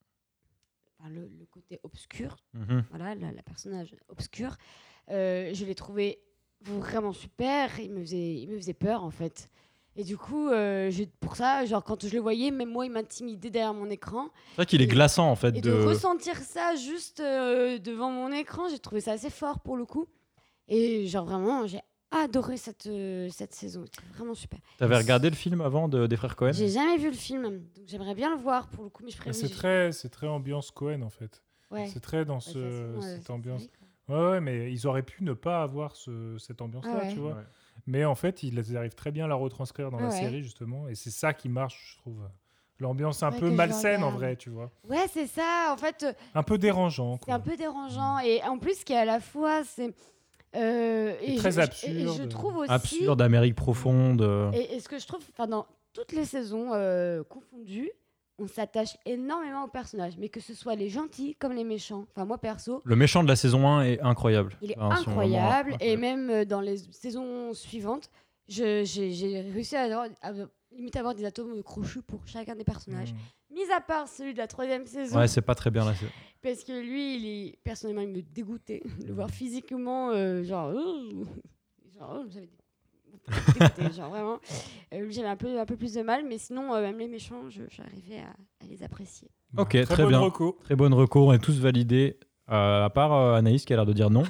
enfin, le, le côté obscur, Mhm. voilà, la, la personnage obscur, euh, je l'ai trouvé vraiment super. Il me faisait, il me faisait peur en fait. Et du coup, euh, j'ai- pour ça, genre quand je le voyais, même moi, il m'intimidait derrière mon écran. C'est vrai qu'il est Et- glaçant, en fait. Et de... de ressentir ça juste euh, devant mon écran, j'ai trouvé ça assez fort pour le coup. Et genre vraiment, j'ai adoré cette, euh, cette saison. C'était vraiment super. T'avais regardé le film avant de, des frères Cohen? J'ai jamais vu le film, donc j'aimerais bien le voir pour le coup, mais je Et préfère. C'est très, c'est très ambiance Cohen en fait. Ouais. C'est très dans Ouais, ce, de toute façon, euh, cette cette ambiance. série, quoi. Ouais, ouais, mais ils auraient pu ne pas avoir ce, cette ambiance-là, Ah ouais. tu vois. Ouais. Mais en fait, ils arrivent très bien à la retranscrire dans Ah la ouais. série, justement. Et c'est ça qui marche, je trouve. L'ambiance un Ouais, peu que je malsaine, en regarde. vrai, tu vois. Ouais, c'est ça. En fait, euh, Un peu dérangeant, c'est quoi. un peu dérangeant. Et en plus, ce qui est à la fois, c'est. euh, Et et très je- absurde. Et je trouve aussi. Absurde, Amérique profonde. euh. Et, et ce que je trouve, enfin, dans toutes les saisons euh, confondues, on s'attache énormément aux personnages, mais que ce soit les gentils comme les méchants. Enfin, moi perso, Le méchant de la saison un est incroyable. il est Enfin, ils sont vraiment incroyable. Et incroyables. même euh, dans les saisons suivantes, je- j'ai j'ai réussi à, avoir, à limite avoir des atomes crochus pour chacun des personnages. Mm. Mis à part celui de la troisième saison, Ouais, c'est pas très bien là. c'est- parce que lui, il est, personnellement, il me dégoûtait. Le voir physiquement, euh, genre. euh, genre, oh, j'avais des- dégoûté, genre vraiment. Euh, lui, j'avais un peu, un peu plus de mal, mais sinon, euh, même les méchants, je- j'arrivais à, à les apprécier. Ok, Très très bonne bien. reco. Très bonne reco, on est tous validés. euh, à part euh, Anaïs qui a l'air de dire non.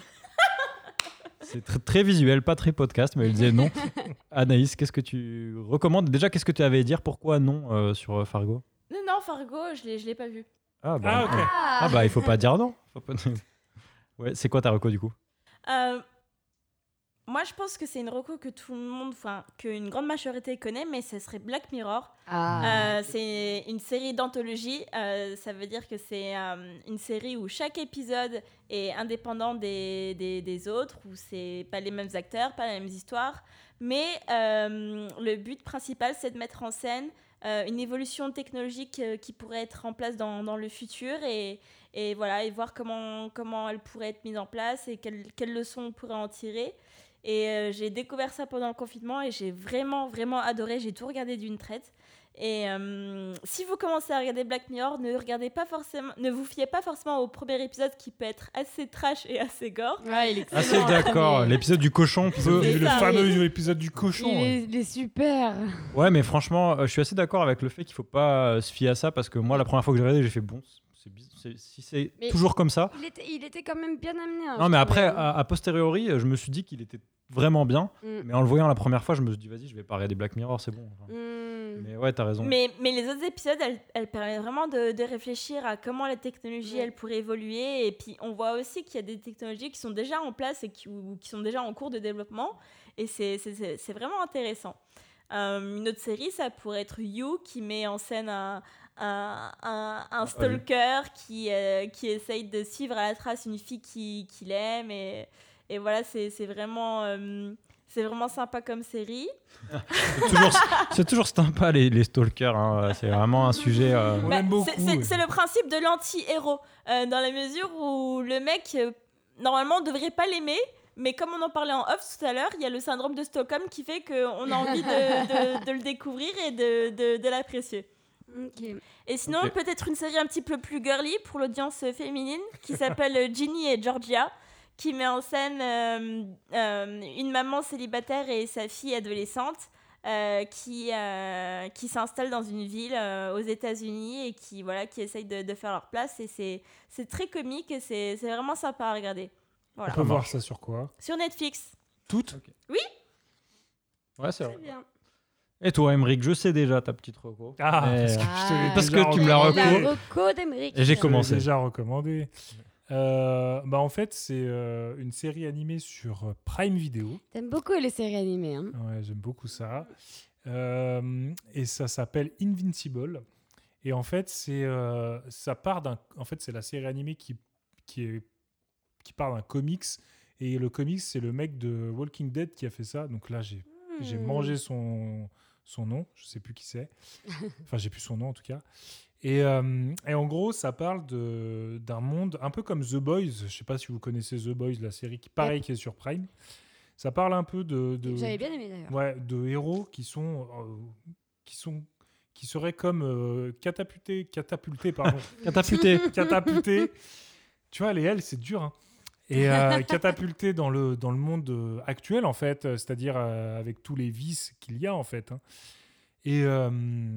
C'est tr- très visuel, pas très podcast, mais elle disait non. Anaïs, qu'est-ce que tu recommandes? Déjà, qu'est-ce que tu avais à dire? Pourquoi non euh, sur euh, Fargo? Non, non, Fargo, je l'ai, je l'ai pas vu. Ah bah, Ah, ok. ah bah, il faut pas dire non. Faut pas- ouais, c'est quoi ta reco du coup? Euh, moi, je pense que c'est une reco que tout le monde, enfin, qu'une grande majorité connaît, mais ce serait Black Mirror. Ah. Euh, c'est une série d'anthologie. Euh, ça veut dire que c'est euh, une série où chaque épisode est indépendant des, des, des autres, où c'est pas les mêmes acteurs, pas les mêmes histoires. Mais euh, le but principal, c'est de mettre en scène euh, une évolution technologique euh, qui pourrait être en place dans, dans le futur et, et, voilà, et voir comment, comment elle pourrait être mise en place et quelles, quelles leçons on pourrait en tirer. Et euh, j'ai découvert ça pendant le confinement et j'ai vraiment, vraiment adoré. J'ai tout regardé d'une traite. Et euh, si vous commencez à regarder Black Mirror, ne regardez pas forcément, ne vous fiez pas forcément au premier épisode qui peut être assez trash et assez gore. Ouais, il est Ah, c'est excellent, d'accord. mais- L'épisode du cochon peut. C'est Le ça, fameux épisode du cochon. Il ouais. est, il est super. Ouais, mais franchement, euh, je suis assez d'accord avec le fait qu'il faut pas euh, se fier à ça parce que moi, la première fois que j'ai regardé, j'ai fait bon, c'est biz- c'est- si c'est Mais toujours comme ça. Il était, il était quand même bien amené. hein, Non, je mais trouvais, après, hein. a, a posteriori, je me suis dit qu'il était vraiment bien. Mm. Mais en le voyant la première fois, je me suis dit, vas-y, je vais pas regarder Black Mirror, c'est bon. Enfin, Mm. Mais ouais, t'as raison. Mais, mais les autres épisodes, elles, elles permettent vraiment de, de réfléchir à comment la technologie, Ouais. elle pourrait évoluer. Et puis, on voit aussi qu'il y a des technologies qui sont déjà en place et qui, ou qui sont déjà en cours de développement. Et c'est, c'est, c'est, c'est vraiment intéressant. Euh, une autre série, ça pourrait être You, qui met en scène un, un, un, un stalker qui, euh, qui essaye de suivre à la trace une fille qui, qu'il aime. Et, et voilà, c'est, c'est vraiment... euh, C'est vraiment sympa comme série. C'est toujours, c'est toujours sympa, les, les stalkers. Hein. C'est vraiment un sujet. euh, On Bah, l'aime beaucoup. c'est, c'est- c'est le principe de l'anti-héros, euh, dans la mesure où le mec, euh, normalement, on ne devrait pas l'aimer, mais comme on en parlait en off tout à l'heure, il y a le syndrome de Stockholm qui fait qu'on a envie de, de- de le découvrir et de, de- de l'apprécier. Ok. Et sinon, Ok. peut-être une série un petit peu plus girly pour l'audience féminine, qui s'appelle Ginny et Georgia, qui met en scène euh, euh, une maman célibataire et sa fille adolescente euh, qui, euh, qui s'installent dans une ville euh, aux États-Unis et qui, voilà, qui essayent de, de faire leur place. Et c'est, c'est très comique et c'est, c'est vraiment sympa à regarder. Voilà. On peut voir ça sur quoi? Sur Netflix. Toutes? Ouais, c'est Très vrai. bien. Et toi, Emmerich, je sais déjà ta petite reco. Ah, Mais, parce que, Ah, je te l'ai parce déjà que tu me l'as recommandé. reco. La reco d'Emeric. Et j'ai Je te l'ai commencé. déjà recommandé. Euh, bah en fait, c'est euh, une série animée sur euh, Prime Video. T'aimes beaucoup les séries animées. Hein. Ouais, j'aime beaucoup ça. Euh, et ça s'appelle Invincible. Et en fait, c'est euh, ça part d'un. En fait, c'est la série animée qui qui est qui part d'un comics. Et le comics, c'est le mec de Walking Dead qui a fait ça. Donc là, j'ai j'ai Hmm. mangé son son nom. Je sais plus qui c'est. Enfin, j'ai plus son nom en tout cas. Et, euh, et en gros, ça parle de, d'un monde un peu comme The Boys. Je sais pas si vous connaissez The Boys, la série qui, pareil, Yep. qui est sur Prime. Ça parle un peu de, de, J'avais bien aimé d'ailleurs. ouais, de héros qui sont, euh, qui sont, qui seraient comme euh, catapultés, catapultés, pardon, Catapulté. catapultés. Tu vois, les L, c'est dur. Hein. Et euh, catapultés dans le dans le monde euh, actuel en fait, euh, c'est-à-dire euh, avec tous les vices qu'il y a en fait. Hein. Et euh,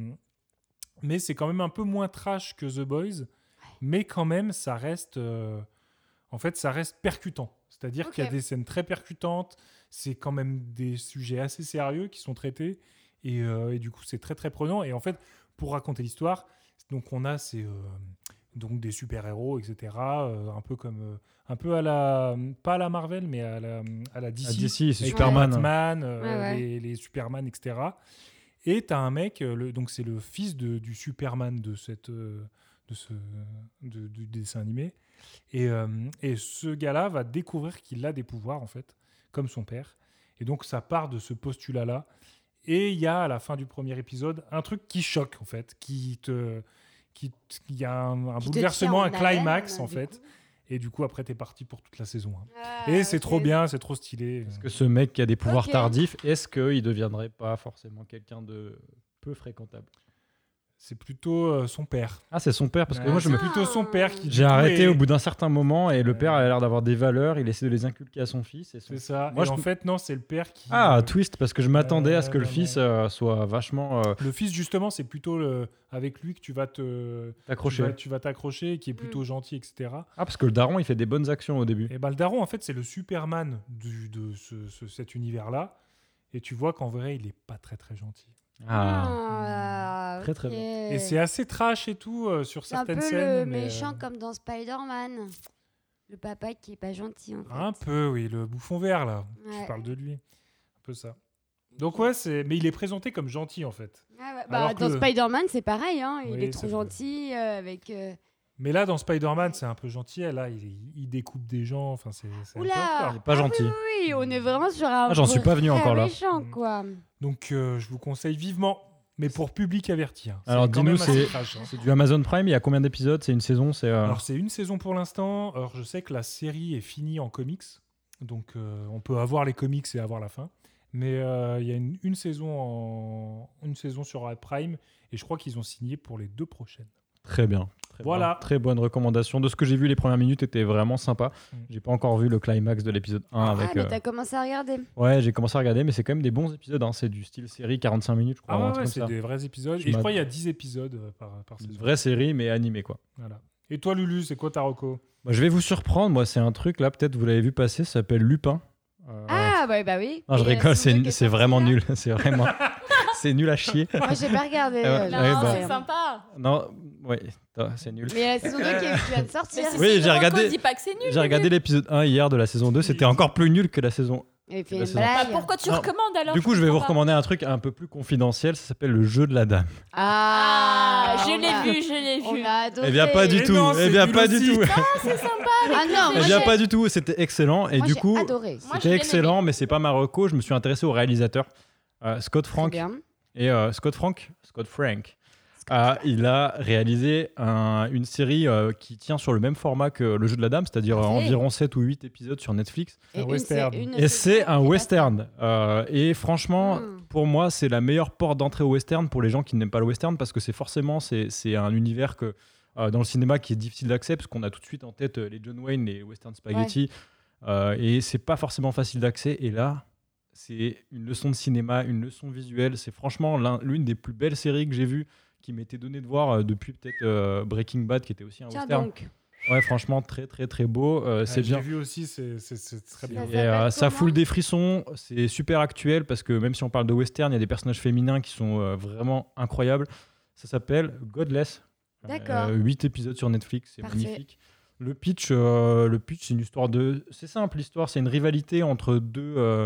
mais c'est quand même un peu moins trash que The Boys, mais quand même ça reste euh, en fait ça reste percutant. C'est-à-dire Ok. qu'il y a des scènes très percutantes, c'est quand même des sujets assez sérieux qui sont traités et, euh, et du coup c'est très très prenant. Et en fait pour raconter l'histoire, donc on a ces euh, donc des super-héros, et cetera. euh, un peu comme euh, un peu à la pas à la Marvel mais à la à la D C. À D C, c'est avec Superman. Batman, euh, Ouais, ouais. Les, les Superman, et cetera. Et t'as un mec, euh, le, donc c'est le fils de, du Superman de cette euh, de ce de- du dessin animé. Et, euh, et ce gars-là va découvrir qu'il a des pouvoirs en fait, comme son père. Et donc ça part de ce postulat-là. Et il y a à la fin du premier épisode un truc qui choque en fait, qui te qui t- il y a un, un Qui te bouleversement, un tient en haleine, climax en du fait. coup. Et du coup après t'es parti pour toute la saison. hein. Ah, Et c'est ok. trop bien, c'est trop stylé. Est-ce que ce mec qui a des pouvoirs Ok. tardifs, est-ce qu'il deviendrait pas forcément quelqu'un de peu fréquentable? C'est plutôt euh, son père. Ah, c'est son père, parce que Ouais, moi, je c'est me... plutôt son père qui. du j'ai coup, arrêté est- au bout d'un certain moment et le Ouais. père a l'air d'avoir des valeurs, il essaie de les inculquer à son fils. Et son- C'est ça. Moi, et je en me- fait, non, c'est le père qui. Ah, euh, twist, parce que je m'attendais à ce que le non, fils non. euh, soit vachement euh, Le fils, justement, c'est plutôt le... avec lui que tu vas te. Tu accroché. vas, tu vas t'accrocher, qui est plutôt Mm. gentil, et cetera. Ah, parce que le daron, il fait des bonnes actions au début. Et ben, le daron, en fait, c'est le Superman du, de ce, ce- cet univers-là. Et tu vois qu'en vrai, il est pas très très gentil. Ah, Très, très ok. Et c'est assez trash et tout euh, sur C'est un certaines peu scènes. le mais, méchant euh, comme dans Spider-Man. Le papa qui est pas gentil en fait. Un peu, oui, le bouffon vert là. Ouais. Tu parles de lui. Un peu ça. Donc ouais, c'est. Mais il est présenté comme gentil en fait. Ah ouais, bah, Alors que dans le- Spider-Man, c'est pareil. Hein. Il Oui, est trop c'est vrai. gentil euh, avec. euh, Mais là, dans Spider-Man, c'est un peu gentil. Là, il, il découpe des gens. Enfin, c'est. c'est un peu Oula hardcore. Il est pas Ah gentil. Oui, oui, oui, on est vraiment sur un. Ah, j'en suis pas venu vrai encore là. méchant, Mm. quoi. Donc, euh, je vous conseille vivement, mais pour public averti. hein. C'est Alors, quand dis-nous, même assez c'est- trash, hein. C'est du Amazon Prime, il y a combien d'épisodes? C'est une saison? C'est euh, Alors, c'est une saison pour l'instant. Alors, je sais que la série est finie en comics. Donc, euh, on peut avoir les comics et avoir la fin. Mais euh, il y a une, une saison en, une saison sur Prime. Et je crois qu'ils ont signé pour les deux prochaines. Très bien. Très Voilà. bien. Très bonne recommandation. De ce que j'ai vu, les premières minutes étaient vraiment sympas. Mm. J'ai pas encore vu le climax de l'épisode un Ah, avec. mais euh, t'as commencé à regarder. Ouais, j'ai commencé à regarder, mais c'est quand même des bons épisodes. hein. C'est du style série quarante-cinq minutes, je crois. Ah un ouais, truc ouais, comme c'est ça. des vrais épisodes. Je Et je m'att- crois qu'il y a dix épisodes euh, par, par Une saison. vraie série, mais animée, quoi. Voilà. Et toi, Lulu, c'est quoi ta reco? Bah, je vais vous surprendre. Moi, c'est un truc, là, peut-être vous l'avez vu passer, ça s'appelle Lupin. Euh, Ah, bah, bah oui. Non, je Et, euh, rigole, c'est c'est, vrai c'est que vraiment sorti, là. nul. C'est vraiment... c'est nul à chier. Moi, j'ai pas regardé. Ah ouais, euh, ouais, la Non, bah. c'est saison. sympa. Non, ouais, non, c'est nul. Mais la saison deux qui qui vient de Mais sortir. si Oui, c'est une j'ai reco, regardé- dis pas que c'est nul. J'ai regardé l'épisode un hier de la saison deux, c'était encore plus nul que la saison. Il fait La une saison. Bah, blague. pourquoi tu Non. recommandes alors Du coup, je vais vous comprends pas. recommander un truc un peu plus confidentiel, ça s'appelle le jeu de la dame. Ah, Ah, je on a- l'ai vu, je l'ai On vu. a adoré. Eh bien, pas du Mais tout. non, Eh c'est bien, nul pas du aussi. tout. Ah non, Eh moi, bien, j'ai- pas du tout. C'était excellent. Et moi, du j'ai coup, adoré. Moi, j'ai c'était bien excellent, mais c'est pas ma reco. Je me suis intéressé au réalisateur, euh, Scott Très Frank. bien. Et euh, Scott Frank, Scott Frank, euh, il a réalisé un- une série euh, qui tient sur le même format que le jeu de la dame, c'est-à-dire euh, Parfait. environ sept ou huit épisodes sur Netflix. Et Un une, western. c'est une Et c'est saison un qui est western. Euh, et franchement, Mm. pour moi, c'est la meilleure porte d'entrée au western pour les gens qui n'aiment pas le western, parce que c'est forcément c'est, c'est un univers que, euh, dans le cinéma qui est difficile d'accès, parce qu'on a tout de suite en tête euh, les John Wayne, les western spaghetti, euh, et c'est pas forcément facile d'accès. Et là, c'est une leçon de cinéma, une leçon visuelle. C'est franchement l'un- l'une des plus belles séries que j'ai vues, qui m'était donné de voir euh, depuis peut-être euh, Breaking Bad, qui était aussi un Tiens western. donc. Ouais, franchement, très très très beau. Euh, c'est Ouais, bien. J'ai vu aussi, c'est c'est- c'est très bien. Ça Et s'appelle euh, ça comment foule des frissons, c'est super actuel parce que même si on parle de western, il y a des personnages féminins qui sont euh, vraiment incroyables. Ça s'appelle Godless. D'accord. huit épisodes sur Netflix, c'est Parfait. magnifique. Le pitch, euh, le pitch, c'est une histoire de. C'est simple, l'histoire, c'est une rivalité entre deux, euh,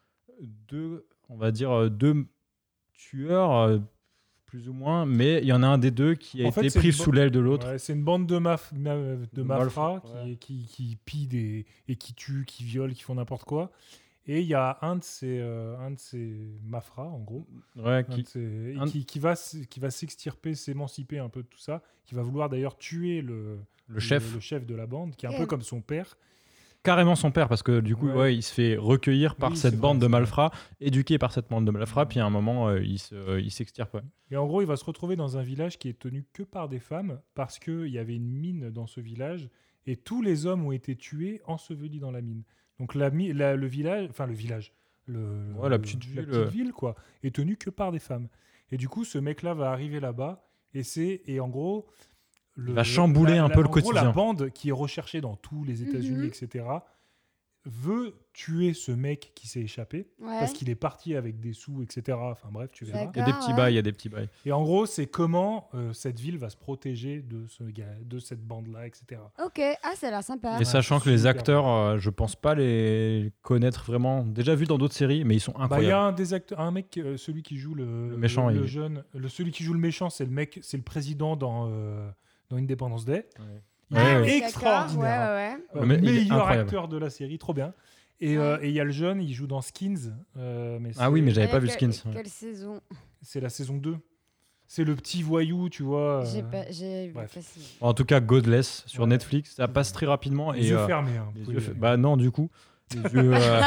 deux, on va dire, euh, deux tueurs, euh, plus ou moins, mais il y en a un des deux qui a En fait, été c'est pris une sous bo- l'aile de l'autre. Ouais, c'est une bande de, maf ma- de malfrats Malfrats, qui, ouais. qui, qui pillent des, et qui tuent, qui violent, qui font n'importe quoi. Et il y a un de ces, euh, un de ces malfrats, en gros, Ouais, un qui- de ces- et un- qui, qui va, s- qui va s'extirper, s'émanciper un peu de tout ça, qui va vouloir d'ailleurs tuer le, le chef. le, chef de la bande, qui est un Ok. peu comme son père. Carrément son père, parce que du coup, Ouais. ouais, il se fait recueillir par Oui, cette c'est bande vrai, de c'est malfrats, éduqué par cette bande de malfrats, Mhm. puis à un moment, euh, il, se, euh, il s'extirpe. Ouais. Et en gros, il va se retrouver dans un village qui est tenu que par des femmes, parce qu'il y avait une mine dans ce village, et tous les hommes ont été tués, ensevelis dans la mine. Donc la, mi- la- le village, enfin le village, le, Ouais, la le- petite la ville, petite euh. ville, quoi, est tenue que par des femmes. Et du coup, ce mec-là va arriver là-bas, et c'est, et en gros, le, va chambouler un peu le en gros, quotidien. la bande qui est recherchée dans tous les États-Unis, Mhm. et cetera, veut tuer ce mec qui s'est échappé, Ouais. parce qu'il est parti avec des sous, et cetera. Enfin bref, tu verras. Il y a des D'accord, petits ouais. bails, il y a des petits bails. Et en gros, c'est comment euh, cette ville va se protéger de, ce gars, de cette bande-là, et cetera. Ok, ah, ça a l'air sympa. Et Ouais, sachant que les super acteurs, euh, je pense pas les connaître vraiment, déjà vu dans d'autres séries, mais ils sont Bah, il y incroyables. a un des acteurs, un mec, euh, celui qui joue le, Le méchant, le, il- le jeune, le, celui qui joue le méchant, c'est le mec, c'est le président dans, euh, dans Independence Day. Il Ouais, est ouais. oui, extraordinaire. d'accord, ouais, ouais, Euh, Le mec, il est meilleur incroyable. acteur de la série, trop bien. Et euh, et il y a le jeune, il joue dans Skins. euh, mais Ah oui, c'est- mais j'avais ouais. pas vu Et Skins. quelle- ouais. Quelle saison c'est la saison deux. C'est le petit voyou, tu vois. J'ai euh, pas, j'ai bref. pas suivi. En tout cas, Godless sur Ouais. Netflix, ça passe très rapidement. les et, yeux euh, fermés. hein, vous les pouvez yeux y fa- aller. Bah non, du coup, les yeux. euh,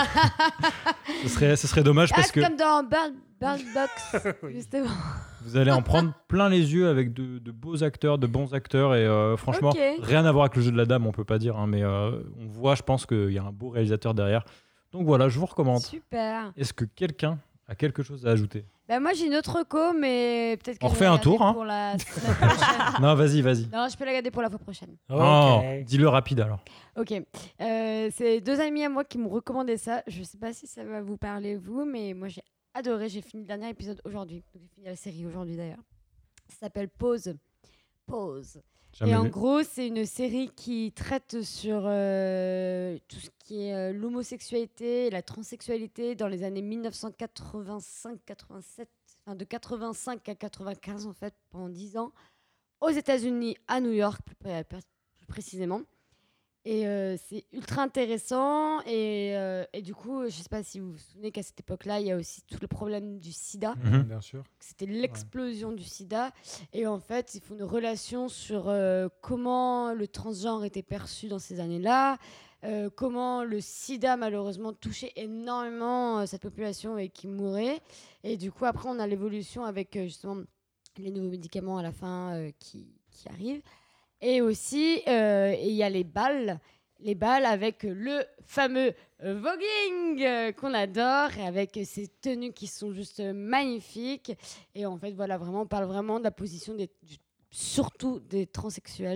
ce, serait, ce serait dommage Ah, parce c'est que comme dans Bird, Bird Box, Oui. justement. vous allez en prendre plein les yeux avec de, de beaux acteurs, de bons acteurs. Et euh, franchement, Ok. rien à voir avec le jeu de la dame, on peut pas dire. hein, mais euh, on voit, je pense qu'il y a un beau réalisateur derrière. Donc voilà, je vous recommande. Super. Est-ce que quelqu'un a quelque chose à ajouter? Bah, moi, j'ai une autre reco, mais peut-être que On je refait vais un la garder tour, hein. pour la semaine prochaine. Non, vas-y, vas-y. Non, je peux la garder pour la fois prochaine. Oh, Ok. dis-le rapide alors. Ok. Euh, c'est deux amis à moi qui m'ont recommandé ça. Je sais pas si ça va vous parler, vous, mais moi, j'ai adoré. J'ai fini le dernier épisode aujourd'hui. Donc, j'ai fini la série aujourd'hui, d'ailleurs. Ça s'appelle Pause. Pause. Jamais Et en vu. gros, c'est une série qui traite sur euh, tout ce qui est euh, l'homosexualité et la transsexualité dans les années mille neuf cent quatre-vingt-cinq quatre-vingt-sept, enfin de quatre-vingt-cinq à quatre-vingt-quinze en fait, pendant dix ans, aux États-Unis, à New York plus, pré- plus précisément. Et euh, c'est ultra intéressant. Et, euh, et du coup, je sais pas si vous vous souvenez qu'à cette époque-là, il y a aussi tout le problème du sida. Mhm. Bien sûr. C'était l'explosion du sida. Et en fait, ils font une relation sur euh, comment le transgenre était perçu dans ces années-là, euh, comment le sida, malheureusement, touchait énormément euh, cette population et qui mourait. Et du coup, après, on a l'évolution avec euh, justement les nouveaux médicaments à la fin euh, qui, qui arrivent. Et aussi, euh, il y a les balles. Les balles avec le fameux euh, voguing euh, qu'on adore et avec ces tenues qui sont juste euh, magnifiques. Et en fait, voilà, vraiment, on parle vraiment de la position des, du- surtout des transsexuels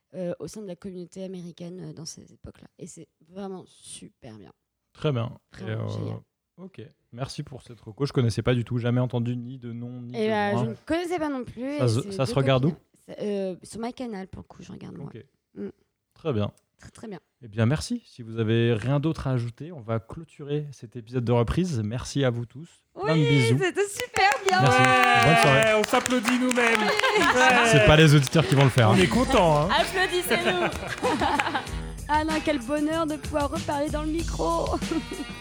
euh, au sein de la communauté américaine euh, dans ces époques-là. Et c'est vraiment super bien. Très bien. Vraiment Et, euh, génial. Ok, merci pour cette reco. Je connaissais pas du tout, jamais entendu ni de nom ni Et de bah, loin. je ne connaissais pas non plus. Ça et se- c'est ça se deux regarde où copines. C'est, euh, Sur MyCanal, pour le coup, je regarde moi. Ok. Mm. Très bien. Très très bien. Eh bien, merci. Si vous avez rien d'autre à ajouter, on va clôturer cet épisode de reprise. Merci à vous tous. Plein de bisous. C'était super bien. Merci. Bonne soirée. Ouais, on s'applaudit nous-mêmes. Ouais. C'est pas les auditeurs qui vont le faire. On hein. est contents. Hein. Applaudissez-nous. Ah non, quel bonheur de pouvoir reparler dans le micro.